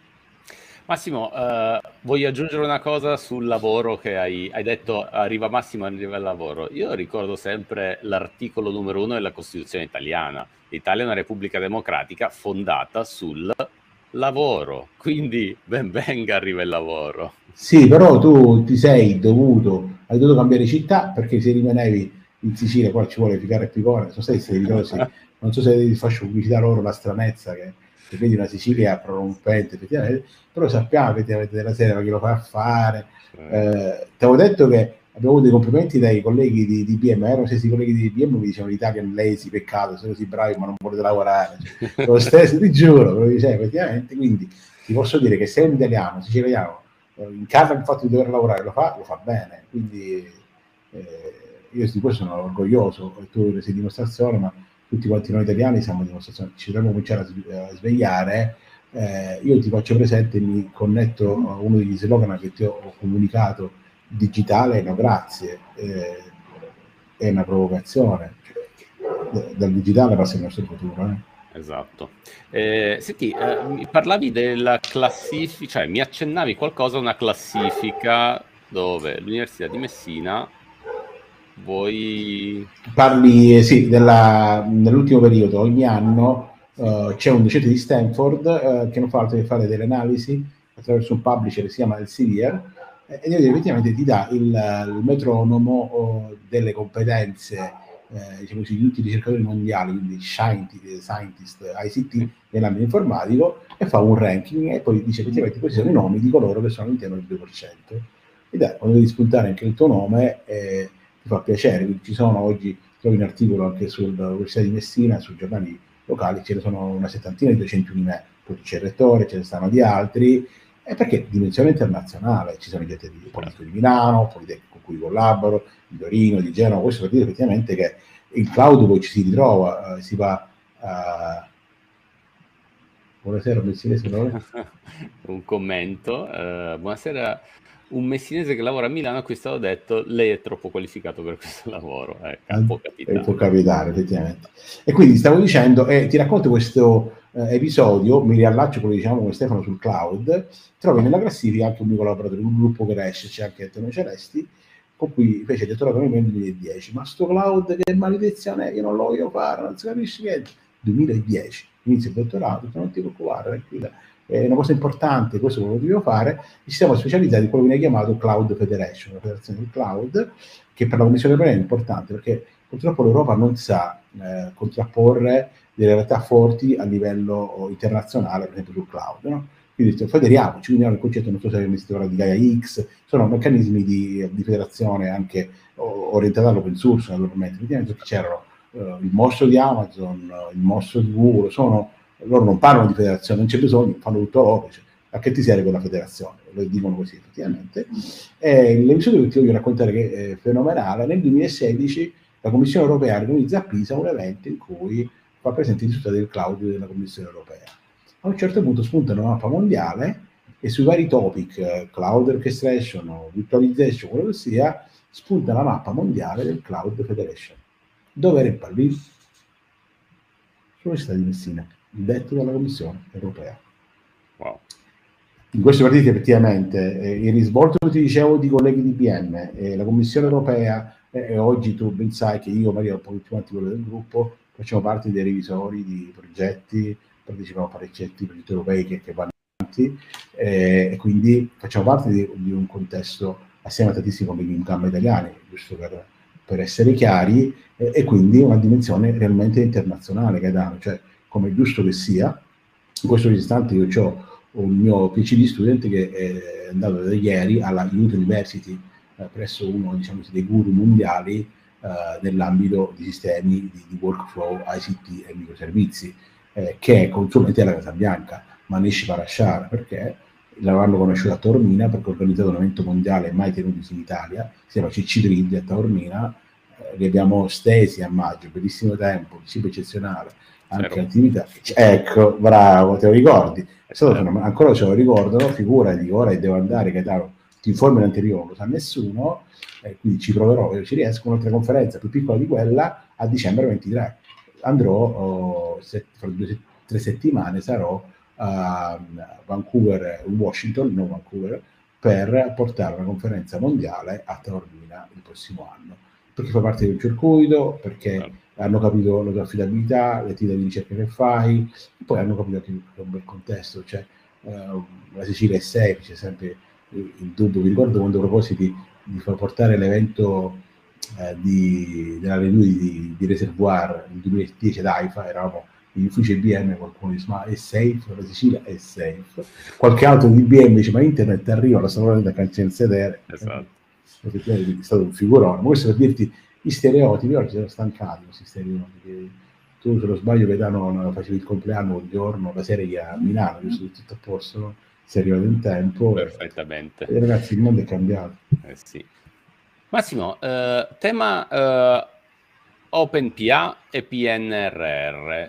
Massimo, voglio aggiungere una cosa sul lavoro che hai detto, arriva Massimo arriva al lavoro. Io ricordo sempre l'articolo numero 1 della Costituzione italiana. L'Italia è una repubblica democratica fondata sul lavoro, quindi ben venga arriva il lavoro. Sì, però tu hai dovuto cambiare città, perché se rimanevi in Sicilia, qua ci vuole Ficare e Picone, sono stati ricordi, non so se ti faccio pubblicità loro la stranezza che vedi una Sicilia prorompente, effettivamente, però sappiamo effettivamente della serie chi lo fa fare. Ti avevo detto che abbiamo avuto dei complimenti dai colleghi di IBM, erano stessi colleghi di IBM, mi dicevano Italian lazy, peccato, siete così bravi ma non volete lavorare, cioè, lo stesso, ti giuro, lo dicevo effettivamente, quindi ti posso dire che se un italiano, siciliano, incarna il fatto di dover lavorare, lo fa bene, quindi io di questo sono orgoglioso, e tu ne sei dimostrazione, ma tutti quanti noi italiani siamo dimostrazione, ci dobbiamo cominciare a svegliare. Io ti faccio presente, mi connetto a uno degli slogan che ti ho comunicato, digitale, no grazie, è una provocazione, dal digitale passa il nostro futuro. Esatto. Senti, mi parlavi della classifica, cioè mi accennavi qualcosa a una classifica dove l'Università di Messina parli sì nell'ultimo periodo, ogni anno c'è un docente di Stanford che non fa altro che fare delle analisi attraverso un publisher che si chiama Elsevier, ed effettivamente ti dà il metronomo delle competenze diciamo così, di tutti i ricercatori mondiali, quindi scientist, ICT nell'ambito informatico, e fa un ranking e poi dice effettivamente questi sono i nomi di coloro che sono all'interno del 2%. Ed quando devi spuntare anche il tuo nome ti fa piacere. Quindi ci sono oggi, trovi un articolo anche sull'Università di Messina, sui giornali locali, ce ne sono una settantina di docenti UNIME, poi c'è il rettore, ce ne stanno di altri, perché dimensione internazionale, ci sono gente di Politecnico di Milano, Politecnico con cui collaboro, di Torino, di Genova, questo per dire effettivamente che il cloud poi ci si ritrova, si va a... Buonasera, messinese. Un commento, buonasera. Un messinese che lavora a Milano a cui è stato detto lei è troppo qualificato per questo lavoro. Può capitare. Può capitare, effettivamente. E quindi stavo dicendo, ti racconto questo episodio, mi riallaccio quello che diciamo con Stefano sul cloud, trovi nella classifica anche un mio collaboratore, un gruppo che esce, c'è anche Antonio Celesti, con cui fece il dottorato nel 2010, ma sto cloud che maledizione, io non lo voglio fare, non si capisce niente. 2010, inizio il dottorato, non ti preoccupare, tranquilla. È una cosa importante, questo è quello che devo fare, e ci siamo specializzati in quello che viene chiamato Cloud Federation, la federazione del cloud, che per la Commissione europea è importante, perché purtroppo l'Europa non sa contrapporre delle realtà forti a livello internazionale, per esempio sul cloud, no? Quindi federiamoci, quindi il concetto, non so se avete sentito di Gaia X, sono meccanismi di federazione anche orientati all'open source, naturalmente. Effettivamente c'erano il mostro di Amazon, il mostro di Google, loro non parlano di federazione, non c'è bisogno, fanno tutto loro, cioè, a che ti serve quella federazione? Lo dicono così effettivamente. L'episodio che ti voglio raccontare, che è fenomenale, nel 2016 la Commissione Europea organizza a Pisa un evento in cui fa presente i risultati del cloud della Commissione Europea. A un certo punto spunta una mappa mondiale e sui vari topic, cloud orchestration, virtualization, quello che sia, spunta la mappa mondiale del Cloud Federation. Dove era il pallino? Sull'Università di Messina, detto dalla Commissione Europea. Wow. In questi partiti effettivamente il risvolto che ti dicevo di colleghi di IBM e la Commissione Europea, e oggi tu ben sai che io, Maria, un po' tutti quanti quello del gruppo, facciamo parte dei revisori di progetti, partecipiamo a parecchietti progetti europei che vanno avanti, e quindi facciamo parte di un contesto assieme a tantissimi colleghi in gamma italiani, giusto per essere chiari, e quindi una dimensione realmente internazionale, Gaetano, cioè come è giusto che sia. In questo istante io ho un mio PhD student che è andato da ieri alla Youth University presso uno, diciamo, dei guru mondiali nell'ambito di sistemi di workflow, ICT e microservizi, che è consulente alla Casa Bianca, Manish Parashar, perché l'avranno conosciuto a Taormina perché ha organizzato un evento mondiale mai tenuto in Italia, si chiama CC Grid a Taormina, li abbiamo stesi a maggio, bellissimo tempo, cibo eccezionale, anche attività. Ecco, bravo, te lo ricordi? È stato ancora ce lo ricordano, figurati, ora devo andare, Gaetano, ti informo in anteriore, non lo sa nessuno, quindi ci proverò, ci riesco, un'altra conferenza più piccola di quella a dicembre 23. Andrò, fra 3 settimane sarò a Vancouver, Washington, non Vancouver, per portare una conferenza mondiale a Taormina il prossimo anno, perché fa parte del circuito, perché hanno capito la tua affidabilità, le attività di ricerca che fai, e poi hanno capito che è un bel contesto, cioè la Sicilia è safe, c'è sempre il dubbio. Vi ricordo quando proposi di far portare l'evento della review di Reservoir nel 2010 ad AIFA, eravamo in ufficio IBM, qualcuno dice ma è safe, la Sicilia è safe, qualche altro di IBM dice ma internet arriva, la salone da cancel sedere, esatto. È stato un figurone. Ma questo per dirti gli stereotipi, oggi sono stancati questi stereotipi. Tu se lo sbaglio Gaetano facevi il compleanno un giorno, la serie a Milano, giusto, tutto a posto, no? Sei arrivato in tempo. Perfettamente. E ragazzi, il mondo è cambiato. Sì. Massimo, tema OpenPA e PNRR.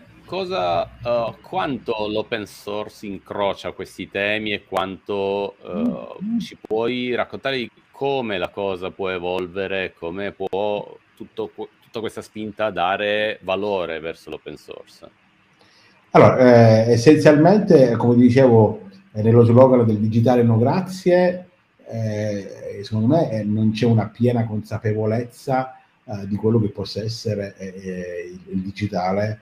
Quanto l'open source incrocia questi temi e quanto ci puoi raccontare di come la cosa può evolvere, come può tutta questa spinta dare valore verso l'open source? Allora, essenzialmente, come dicevo, nello slogan del digitale no grazie, secondo me non c'è una piena consapevolezza di quello che possa essere il digitale.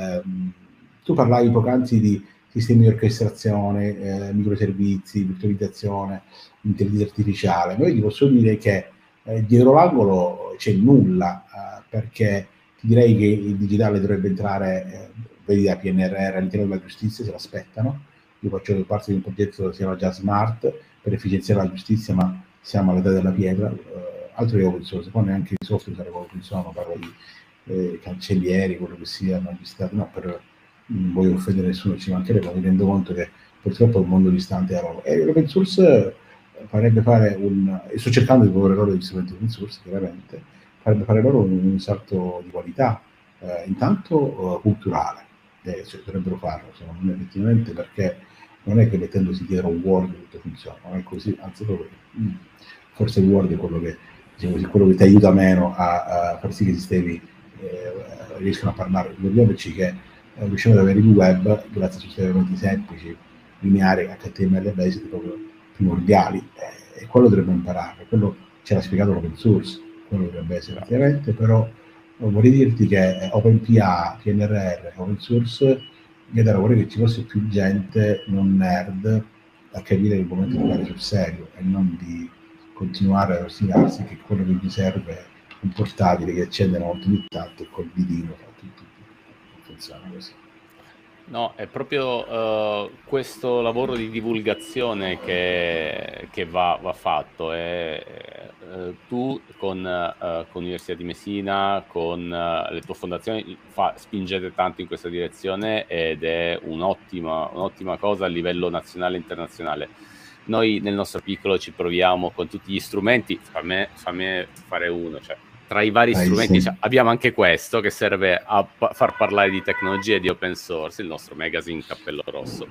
Tu parlavi poc'anzi di sistemi di orchestrazione, microservizi, virtualizzazione, intelligenza artificiale. Noi ti posso dire che dietro l'angolo c'è nulla, perché ti direi che il digitale dovrebbe entrare, vedi da PNRR, all'interno della giustizia, se l'aspettano. Io faccio parte di un progetto che si chiama Just Smart per efficienziare la giustizia, ma siamo all'età della pietra, altro che open source, poi neanche il software sarebbe open source, parlo di cancellieri, quello che sia, magistrati, no, non voglio offendere nessuno, ci mancherebbe, ma mi rendo conto che purtroppo è un mondo distante da loro. E l'open source farebbe fare e sto cercando di proporre loro gli strumenti open source, chiaramente, farebbe fare loro un salto di qualità, intanto culturale, cioè, dovrebbero farlo, secondo me, effettivamente, perché non è che mettendosi dietro un Word tutto funziona, non è così, anzi proprio forse il Word è quello che, diciamo così, quello che ti aiuta meno a far sì che i sistemi riescano a parlare. Ricordiamoci che riusciamo ad avere il web grazie a sistemi semplici, lineari, HTML e basic, proprio primordiali, e quello dovremmo imparare, quello ce l'ha spiegato l'open source, quello dovrebbe essere effettivamente, però vorrei dirti che OpenPA, PNRR, open source, vorrei che ci fosse più gente non nerd a capire il momento di fare sul serio e non di continuare a ostinarsi che quello che gli serve un portatile che accende una volta ogni tanto e col ditino tutto funziona così. No, è proprio questo lavoro di divulgazione che va fatto. Tu con l'Università di Messina, con le tue fondazioni, spingete tanto in questa direzione ed è un'ottima cosa a livello nazionale e internazionale. Noi nel nostro piccolo ci proviamo con tutti gli strumenti, fammi fare uno, cioè tra i vari strumenti sì. abbiamo anche questo che serve a far parlare di tecnologia e di open source, il nostro magazine Cappello Rosso.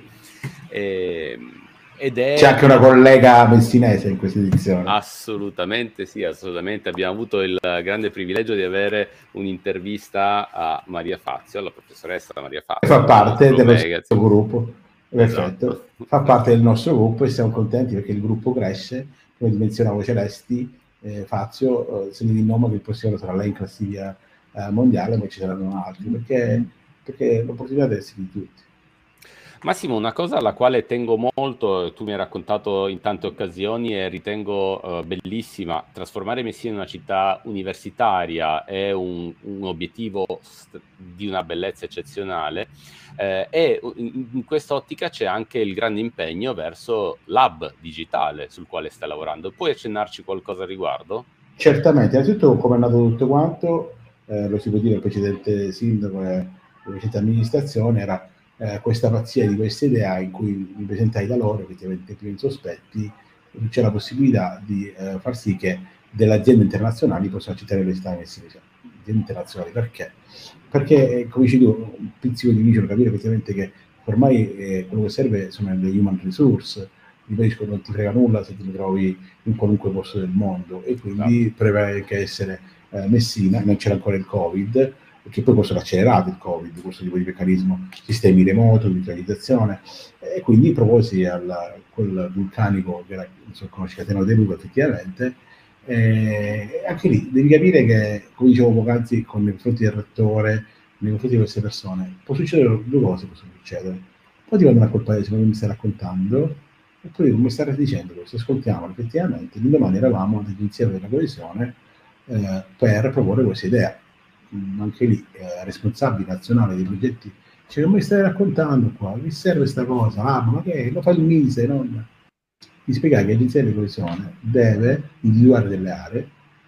C'è anche una collega messinese in questa edizione. Assolutamente sì, assolutamente. Abbiamo avuto il grande privilegio di avere un'intervista a Maria Fazio, alla professoressa Maria Fazio. Fa parte del nostro gruppo. Perfetto. Esatto. Fa parte del nostro gruppo e siamo contenti perché il gruppo cresce. Come menzionavo Celesti, Fazio segna di nome che il prossimo sarà lei in classifica mondiale, ma ci saranno altri perché l'opportunità deve essere di tutti. Massimo, una cosa alla quale tengo molto, tu mi hai raccontato in tante occasioni e ritengo bellissima, trasformare Messina in una città universitaria è un obiettivo di una bellezza eccezionale, e in quest'ottica c'è anche il grande impegno verso l'hub digitale sul quale stai lavorando. Puoi accennarci qualcosa al riguardo? Certamente, innanzitutto come è nato tutto quanto, lo si può dire al precedente sindaco e alla precedente amministrazione, era questa pazzia di questa idea in cui mi presentai da loro, effettivamente primi sospetti, c'è la possibilità di far sì che delle aziende internazionali possano accettare le città messinesi. Aziende internazionali perché? Perché, come dici tu, un pizzico di vision, capire effettivamente che ormai quello che serve sono le human resource, non ti frega nulla se ti trovi in qualunque posto del mondo, e quindi prevede anche essere Messina, non c'era ancora il Covid, perché poi questo l'ha accelerato il Covid, questo tipo di meccanismo, sistemi remoto, virtualizzazione, e quindi proposi a quel vulcanico che era, non so, conosci Catena De Luca effettivamente, anche lì devi capire che, come dicevo poc'anzi, con nei confronti del rettore, nei confronti di queste persone, può succedere due cose, possono succedere. Poi ti vengono a colpare, come mi stai raccontando, e poi come stai dicendo questo, ascoltiamo effettivamente, l'indomani eravamo ad insieme della coesione per proporre questa idea. Anche lì, responsabile nazionale dei progetti, cioè, come stai raccontando qua, mi serve questa cosa, ma che lo fa il Mise, non? Mi spiegare che l'agenzia di coesione deve individuare delle aree,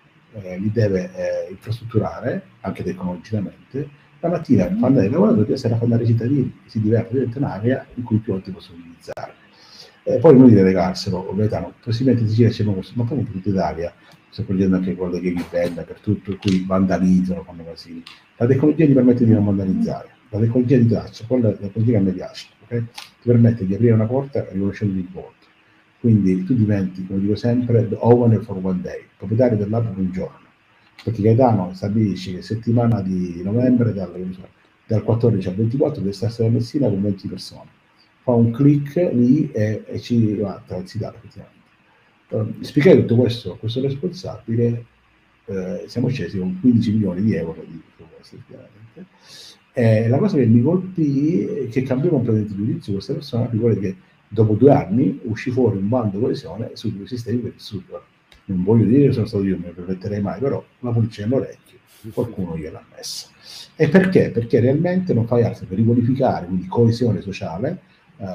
li deve infrastrutturare, anche tecnologicamente, la mattina fa andare i lavoratori, la sera fa andare i cittadini, si diventa un'area in cui più volte possono utilizzare. Poi non deve legarselo, Gaetano, possibilmente in Sicilia c'è questo, ma poi in tutta Italia, sto accorgendo anche con le che vivenda, per tutto, cui vandalizzano, fanno casini. La tecnologia ti permette di non vandalizzare, la tecnologia di traccia, quella è la tecnologia che a me piace, okay? Ti permette di aprire una porta riconoscendo il volto. Quindi tu diventi, come dico sempre, the owner for one day, proprietario dell'app per un giorno. Perché Gaetano stabilisce che settimana di novembre, dal 14 al 24, deve stare a Messina con 20 persone. Fa un click lì e ci va a transitare effettivamente. Spiegare tutto questo, questo responsabile, siamo scesi con 15 milioni di euro di questo effettivamente. La cosa che mi colpì è che cambiò completamente il giudizio di questa persona, figurati che dopo 2 anni uscì fuori un bando di coesione su due sistemi per il sud. Non voglio dire che sono stato io, non mi permetterei mai, però una pulce nell'orecchio, qualcuno gliel'ha messa. E perché? Perché realmente non fai altro che riqualificare, quindi coesione sociale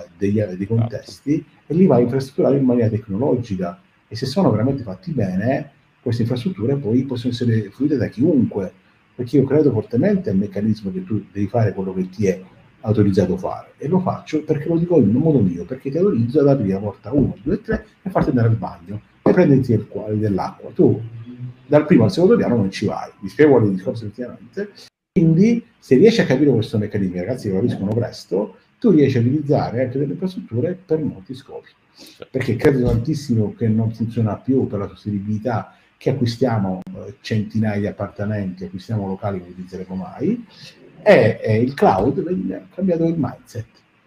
dei contesti, e li vai a infrastrutturare in maniera tecnologica, e se sono veramente fatti bene, queste infrastrutture poi possono essere fruite da chiunque, perché io credo fortemente al meccanismo che tu devi fare quello che ti è autorizzato a fare, e lo faccio perché lo dico in modo mio, perché ti autorizzo ad aprire la porta 1, 2, 3 e farti andare al bagno e prenderti dell'acqua. Tu dal primo al secondo piano non ci vai, mi spiego il discorso effettivamente. Quindi se riesci a capire questo meccanismo, i ragazzi lo capiscono presto, tu riesci a utilizzare anche delle infrastrutture per molti scopi, perché credo tantissimo che non funziona più per la sostenibilità, che acquistiamo centinaia di appartamenti, acquistiamo locali che non utilizzeremo mai, e il cloud ha cambiato il mindset.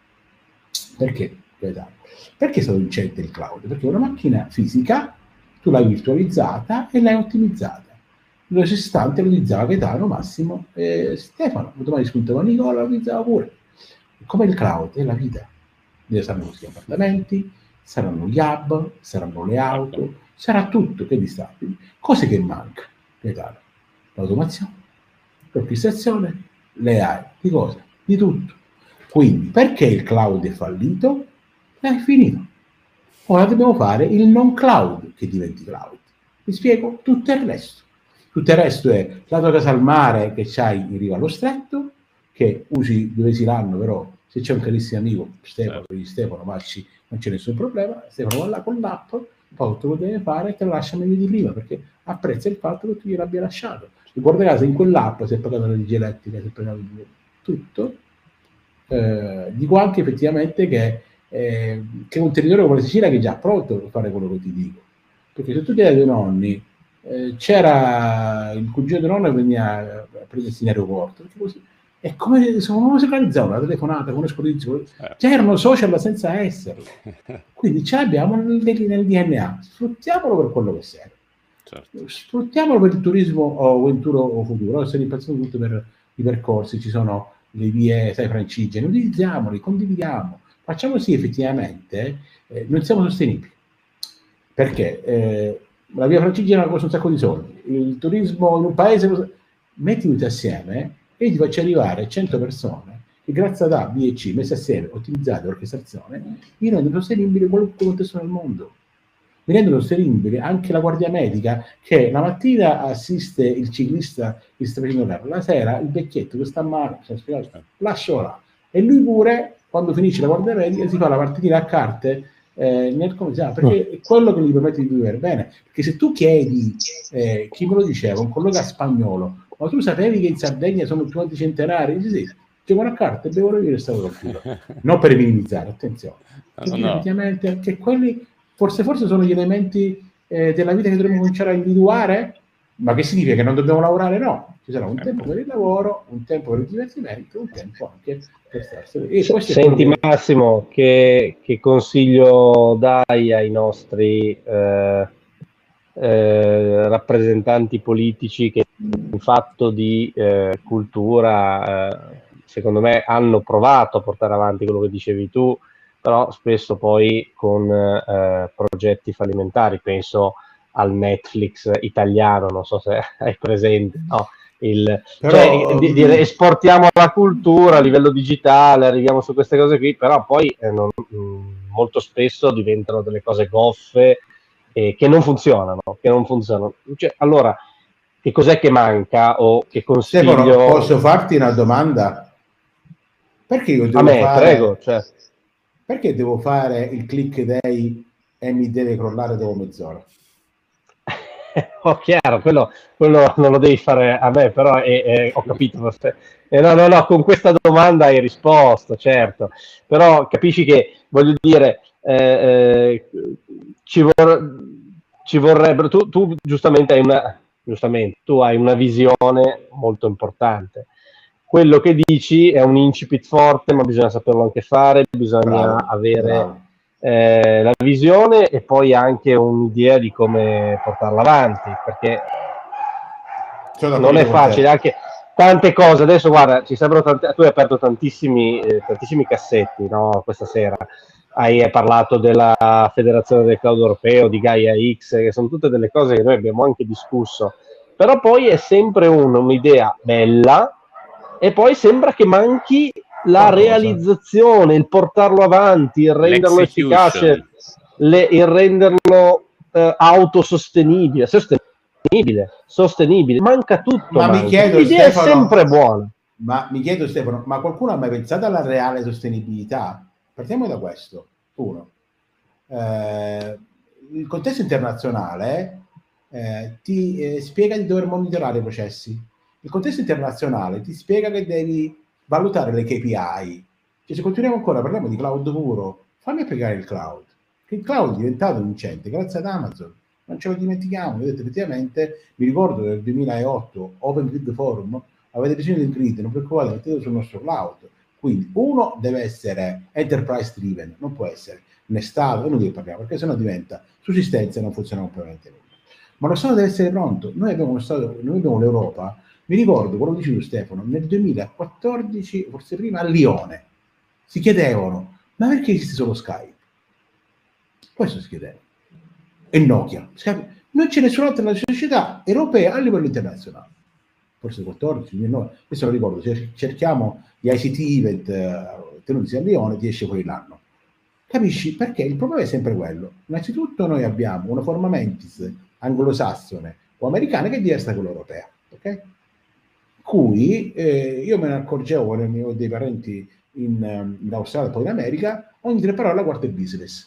Perché? Perché è stato vincente il cloud? Perché una macchina fisica tu l'hai virtualizzata e l'hai ottimizzata. Lo istante lo utilizzava Gaetano, Massimo e Stefano, domani spuntava Nicola, lo utilizzava pure. Come il cloud è la vita. Saranno gli appartamenti, saranno gli hub, saranno le auto, sarà tutto che distabili. Cose che manca, Gaetano. l'automazione, l'orchestrazione, le AI, di cosa? Di tutto. Quindi, perché il cloud è fallito? È finito. Ora dobbiamo fare il non cloud che diventi cloud. Vi spiego tutto il resto. Tutto il resto è la tua casa al mare che c'hai in riva allo stretto, che usi 2 mesi l'anno, però se c'è un carissimo amico, Stefano Macci, non c'è nessun problema, Stefano va là con l'app, poi tutto quello che deve fare te lo lascia meglio di prima, perché apprezza il fatto che tu gliel'abbia lasciato. Guarda caso, in quell'app si è pagato l'energia elettrica, si è pagato tutto. Dico anche effettivamente che un territorio come la Sicilia che è già pronto per fare quello che ti dico, perché se tu chiedi ai tuoi nonni, c'era il cugino di nonno che veniva a prendersi in aeroporto, così, e come sono organizzati la telefonata con esposizione, c'erano social senza esserlo, quindi ce l'abbiamo nel DNA, sfruttiamolo per quello che serve. Certo. Sfruttiamolo per il turismo o venturo futuro. Se ripassiamo tutto per i percorsi, ci sono le vie, sai, francigene, utilizziamoli, condividiamo, facciamo sì effettivamente non siamo sostenibili, perché la via francigena costa un sacco di soldi, il turismo in un paese, metti tutti assieme e ti faccio arrivare 100 persone che grazie ad A, B e C messe assieme, ottimizzate l'orchestrazione, mi rendono sostenibile qualunque contesto nel mondo. Mi rendono sostenibile anche la guardia medica che la mattina assiste il ciclista che sta facendo gara, la sera il vecchietto che sta male, lascio là, e lui pure quando finisce la guardia medica si fa la partitina a carte nel comitato, perché è quello che gli permette di vivere bene. Perché se tu chiedi, chi me lo diceva, un collega spagnolo, ma tu sapevi che in Sardegna sono tutti quanti centenari? Sì, giocano a carte e bevono vino e stanno tranquillo. Non per minimizzare, attenzione, perché effettivamente anche quelli forse sono gli elementi della vita che dovremmo cominciare a individuare. Ma che significa? Che non dobbiamo lavorare? No, ci sarà un tempo per il lavoro, un tempo per il divertimento, un tempo anche per starsene. Senti Massimo, che consiglio dai ai nostri rappresentanti politici che in fatto di cultura secondo me hanno provato a portare avanti quello che dicevi tu, però spesso poi con progetti fallimentari, penso al Netflix italiano, non so se hai presente, no? Cioè, dire esportiamo la cultura a livello digitale, arriviamo su queste cose qui, però poi molto spesso diventano delle cose goffe che non funzionano, Cioè, allora, che cos'è che manca o che consiglio? Stefano, posso farti una domanda? Perché io devo a me, prego, cioè. Perché devo fare il click day e mi deve crollare dopo mezz'ora? Oh, chiaro, quello non lo devi fare a me, però ho capito. No, con questa domanda hai risposto, certo, però capisci che, voglio dire, ci vorrebbero, tu giustamente tu hai una visione molto importante. Quello che dici è un incipit forte, ma bisogna saperlo anche fare, bisogna avere la visione e poi anche un'idea di come portarla avanti, perché non è facile, anche tante cose. Adesso guarda, ci sembrano tu hai aperto tantissimi cassetti, no, questa sera. Hai parlato della Federazione del Cloud Europeo, di Gaia X, che sono tutte delle cose che noi abbiamo anche discusso, però poi è sempre un'idea bella e poi sembra che manchi la realizzazione, il portarlo avanti, il renderlo efficace, il renderlo autosostenibile, sostenibile, manca tutto. Ma manca. Mi chiedo, l'idea Stefano, è sempre buona. Ma mi chiedo, Stefano, ma qualcuno ha mai pensato alla reale sostenibilità? Partiamo da questo. Uno, il contesto internazionale ti spiega di dover monitorare i processi. Il contesto internazionale ti spiega che devi valutare le KPI. Cioè, se continuiamo ancora, parliamo di cloud puro, fammi applicare il cloud. Che il cloud è diventato vincente grazie ad Amazon. Non ce lo dimentichiamo. Io ho detto, effettivamente, mi ricordo nel 2008, Open Grid Forum, avete bisogno del grid, non preoccupate, mettetelo sul nostro cloud. Quindi uno deve essere enterprise driven, non può essere né Stato, e non deve parlare, perché sennò diventa sussistenza e non funziona completamente nulla. Ma lo Stato deve essere pronto. Noi abbiamo l'Europa. Mi ricordo quello che dicevo Stefano, nel 2014, forse prima, a Lione, si chiedevano, ma perché esiste solo Skype? Questo si chiedeva. E Nokia. Non c'è nessun'altra società europea a livello internazionale. forse 14, 2009, questo non ricordo, cerchiamo gli ICT event tenuti a Lione, ti esce fuori l'anno. Capisci? Perché il problema è sempre quello. Innanzitutto noi abbiamo una forma mentis anglosassone o americana che è diversa da quella europea, ok? Cui io me ne accorgevo quando ho dei parenti in Australia e poi in America, ogni 3 parole la quarta è business.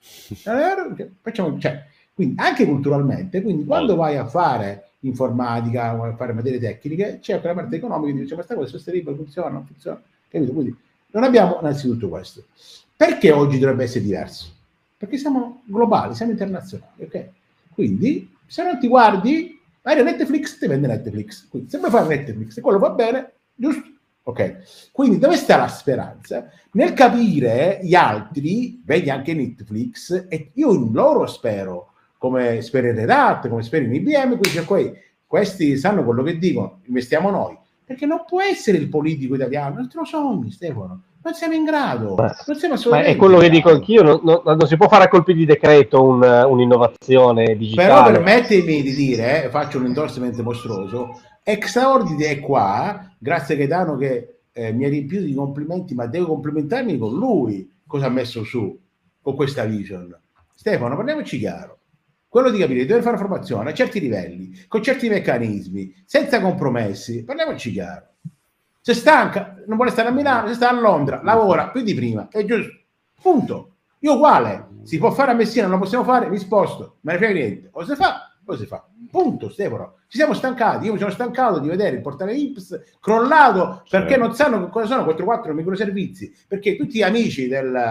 Facciamo, cioè, quindi anche culturalmente, quindi quando vai a fare informatica o a fare materie tecniche, c'è quella parte economica che dice questa cosa è sostenibile, funziona, non funziona, capito? Quindi non abbiamo innanzitutto questo. Perché oggi dovrebbe essere diverso? Perché siamo globali, siamo internazionali, ok? Quindi se non ti guardi, vai a Netflix, ti vende Netflix. Quindi se vuoi fare Netflix e quello va bene, giusto? Ok. Quindi dove sta la speranza? Nel capire gli altri, vedi anche Netflix, e io in loro spero, come spero in Red Hat, come spero in IBM, questi sanno quello che dicono, investiamo noi. Perché non può essere il politico italiano, non te lo sogni, Stefano. Non siamo in grado, non siamo assolutamente. Ma è quello che dico anch'io, non si può fare a colpi di decreto un'innovazione digitale. Però permettimi di dire, faccio un endorsement mostruoso, Extraordine è qua, grazie a Gaetano che mi ha riempito di complimenti, ma devo complimentarmi con lui, cosa ha messo su, con questa vision. Stefano, parliamoci chiaro. Quello di capire, deve fare formazione a certi livelli, con certi meccanismi, senza compromessi, parliamoci chiaro. Se stanca, non vuole stare a Milano, se sta a Londra, lavora più di prima, è giusto, punto. Io uguale, si può fare a Messina, non lo possiamo fare, mi sposto, me ne frega niente, o si fa, punto. Stefano, ci siamo stancati, io mi sono stancato di vedere il portale IPS crollato perché non sanno cosa sono 4 microservizi, perché tutti gli amici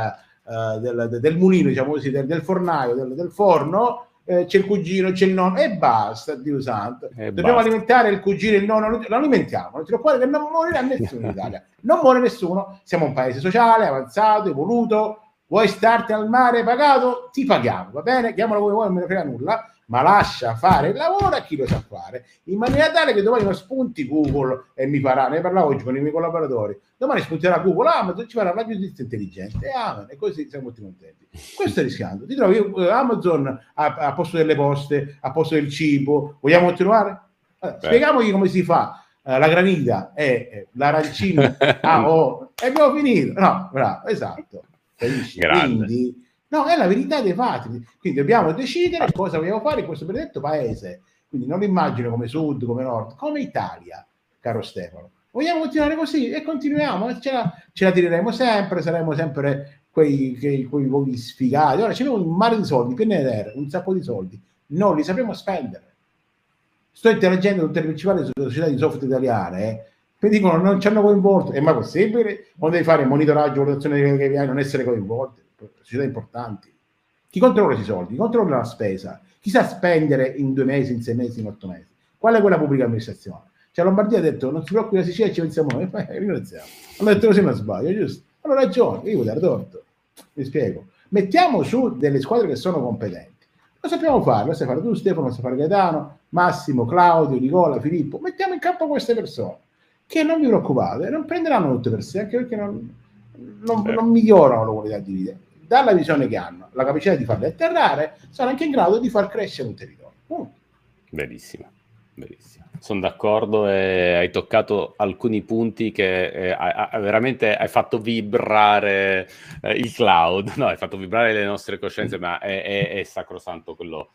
del mulino, diciamo così, del fornaio, del forno, c'è il cugino, c'è il nonno e basta, Dio santo. Dobbiamo alimentare il cugino e il nonno, lo alimentiamo, non ti preoccupare che non morirà nessuno in Italia, non muore nessuno, siamo un paese sociale, avanzato, evoluto, vuoi starti al mare pagato? Ti paghiamo, va bene? Chiamalo come vuoi, non me ne frega nulla, ma lascia fare il lavoro a chi lo sa fare, in maniera tale che domani non spunti Google e mi farà, ne parlavo oggi con i miei collaboratori, domani spunterà Google, Amazon ci farà la giustizia intelligente, e così siamo tutti contenti. Questo sto rischiando, ti trovi Amazon a posto delle poste, a posto del cibo, vogliamo continuare? Spieghiamogli come si fa la granita e l'arancino e abbiamo finito, no, bravo, esatto. Quindi no, è la verità dei fatti, quindi dobbiamo decidere cosa vogliamo fare in questo benedetto paese, quindi non immagino come sud, come nord, come Italia, caro Stefano. Vogliamo continuare così e continuiamo, ce la tireremo sempre, saremo sempre quei voli sfigati. Ora c'è un mare di soldi, PNRR, un sacco di soldi, non li sappiamo spendere. Sto interagendo con tutte le principali società di software italiane, mi dicono non ci hanno coinvolto, è mai possibile? O devi fare monitoraggio, valutazione che hai, non essere coinvolti? Società importanti. Chi controlla questi soldi? Chi controlla la spesa? Chi sa spendere in 2 mesi, in 6 mesi, in 8 mesi? Qual è quella pubblica amministrazione? Cioè Lombardia ha detto non si preoccupi la Sicilia, ci pensiamo noi, ringraziamo. Hanno detto così non sbaglio, giusto? Hanno ragione, io devo dare torto. Vi spiego. Mettiamo su delle squadre che sono competenti. Lo sappiamo fare, lo sai fare tu Stefano, lo sai fare Gaetano, Massimo, Claudio, Nicola, Filippo. Mettiamo in campo queste persone che non vi preoccupate, non prenderanno tutte per sé, anche perché non migliorano la qualità di vita. Dalla visione che hanno, la capacità di farle atterrare, sono anche in grado di far crescere un territorio. Benissimo, benissimo. Sono d'accordo e hai toccato alcuni punti che veramente hai fatto vibrare il cloud, no, hai fatto vibrare le nostre coscienze, ma è sacrosanto quello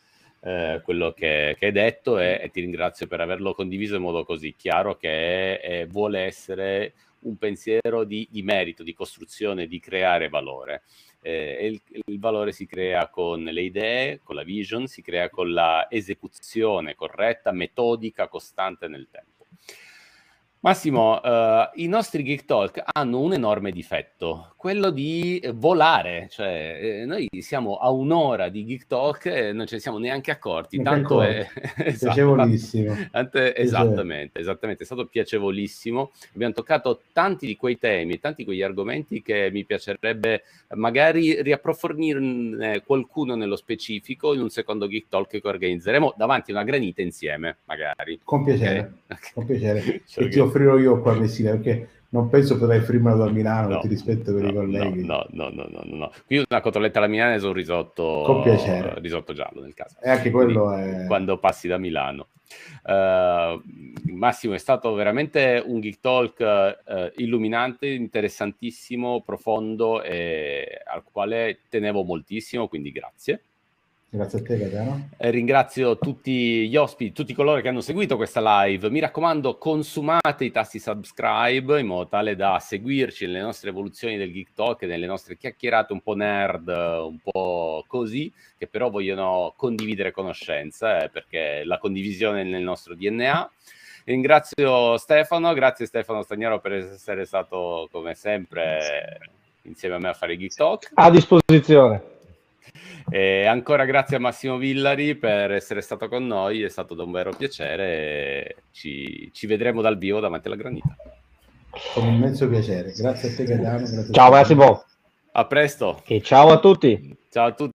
che hai detto e ti ringrazio per averlo condiviso in modo così chiaro che vuole essere un pensiero di merito, di costruzione, di creare valore. Il valore si crea con le idee, con la vision, si crea con la esecuzione corretta, metodica, costante nel tempo. Massimo, i nostri Geek Talk hanno un enorme difetto, quello di volare, cioè noi siamo a un'ora di Geek Talk e non ce ne siamo neanche accorti, tanto è piacevolissimo. Esattamente, è stato piacevolissimo, abbiamo toccato tanti di quei temi, tanti di quegli argomenti che mi piacerebbe magari riapprofondirne qualcuno nello specifico in un secondo Geek Talk che organizzeremo davanti a una granita insieme, magari. Con piacere, con piacere. E ti offrirò io qua a Messina, perché non penso potrai offrirmelo da Milano, ti rispetto per i colleghi. No. Qui una cotoletta alla milanese o un risotto, con piacere. Risotto giallo nel caso. E anche quello è... Quando passi da Milano. Massimo, è stato veramente un Geek Talk illuminante, interessantissimo, profondo e al quale tenevo moltissimo, quindi grazie. Grazie a te, Gaetano. Ringrazio tutti gli ospiti, tutti coloro che hanno seguito questa live. Mi raccomando, consumate i tasti subscribe in modo tale da seguirci nelle nostre evoluzioni del Geek Talk e nelle nostre chiacchierate un po' nerd, un po' così, che però vogliono condividere conoscenza, perché la condivisione è nel nostro DNA. Ringrazio Stefano, grazie Stefano Stagnaro per essere stato come sempre insieme a me a fare Geek Talk. A disposizione. E ancora grazie a Massimo Villari per essere stato con noi, è stato un vero piacere. Ci vedremo dal vivo davanti alla granita. Con un immenso piacere. Grazie a te, Gaetano. Ciao Massimo. A presto. E ciao a tutti. Ciao a tutti.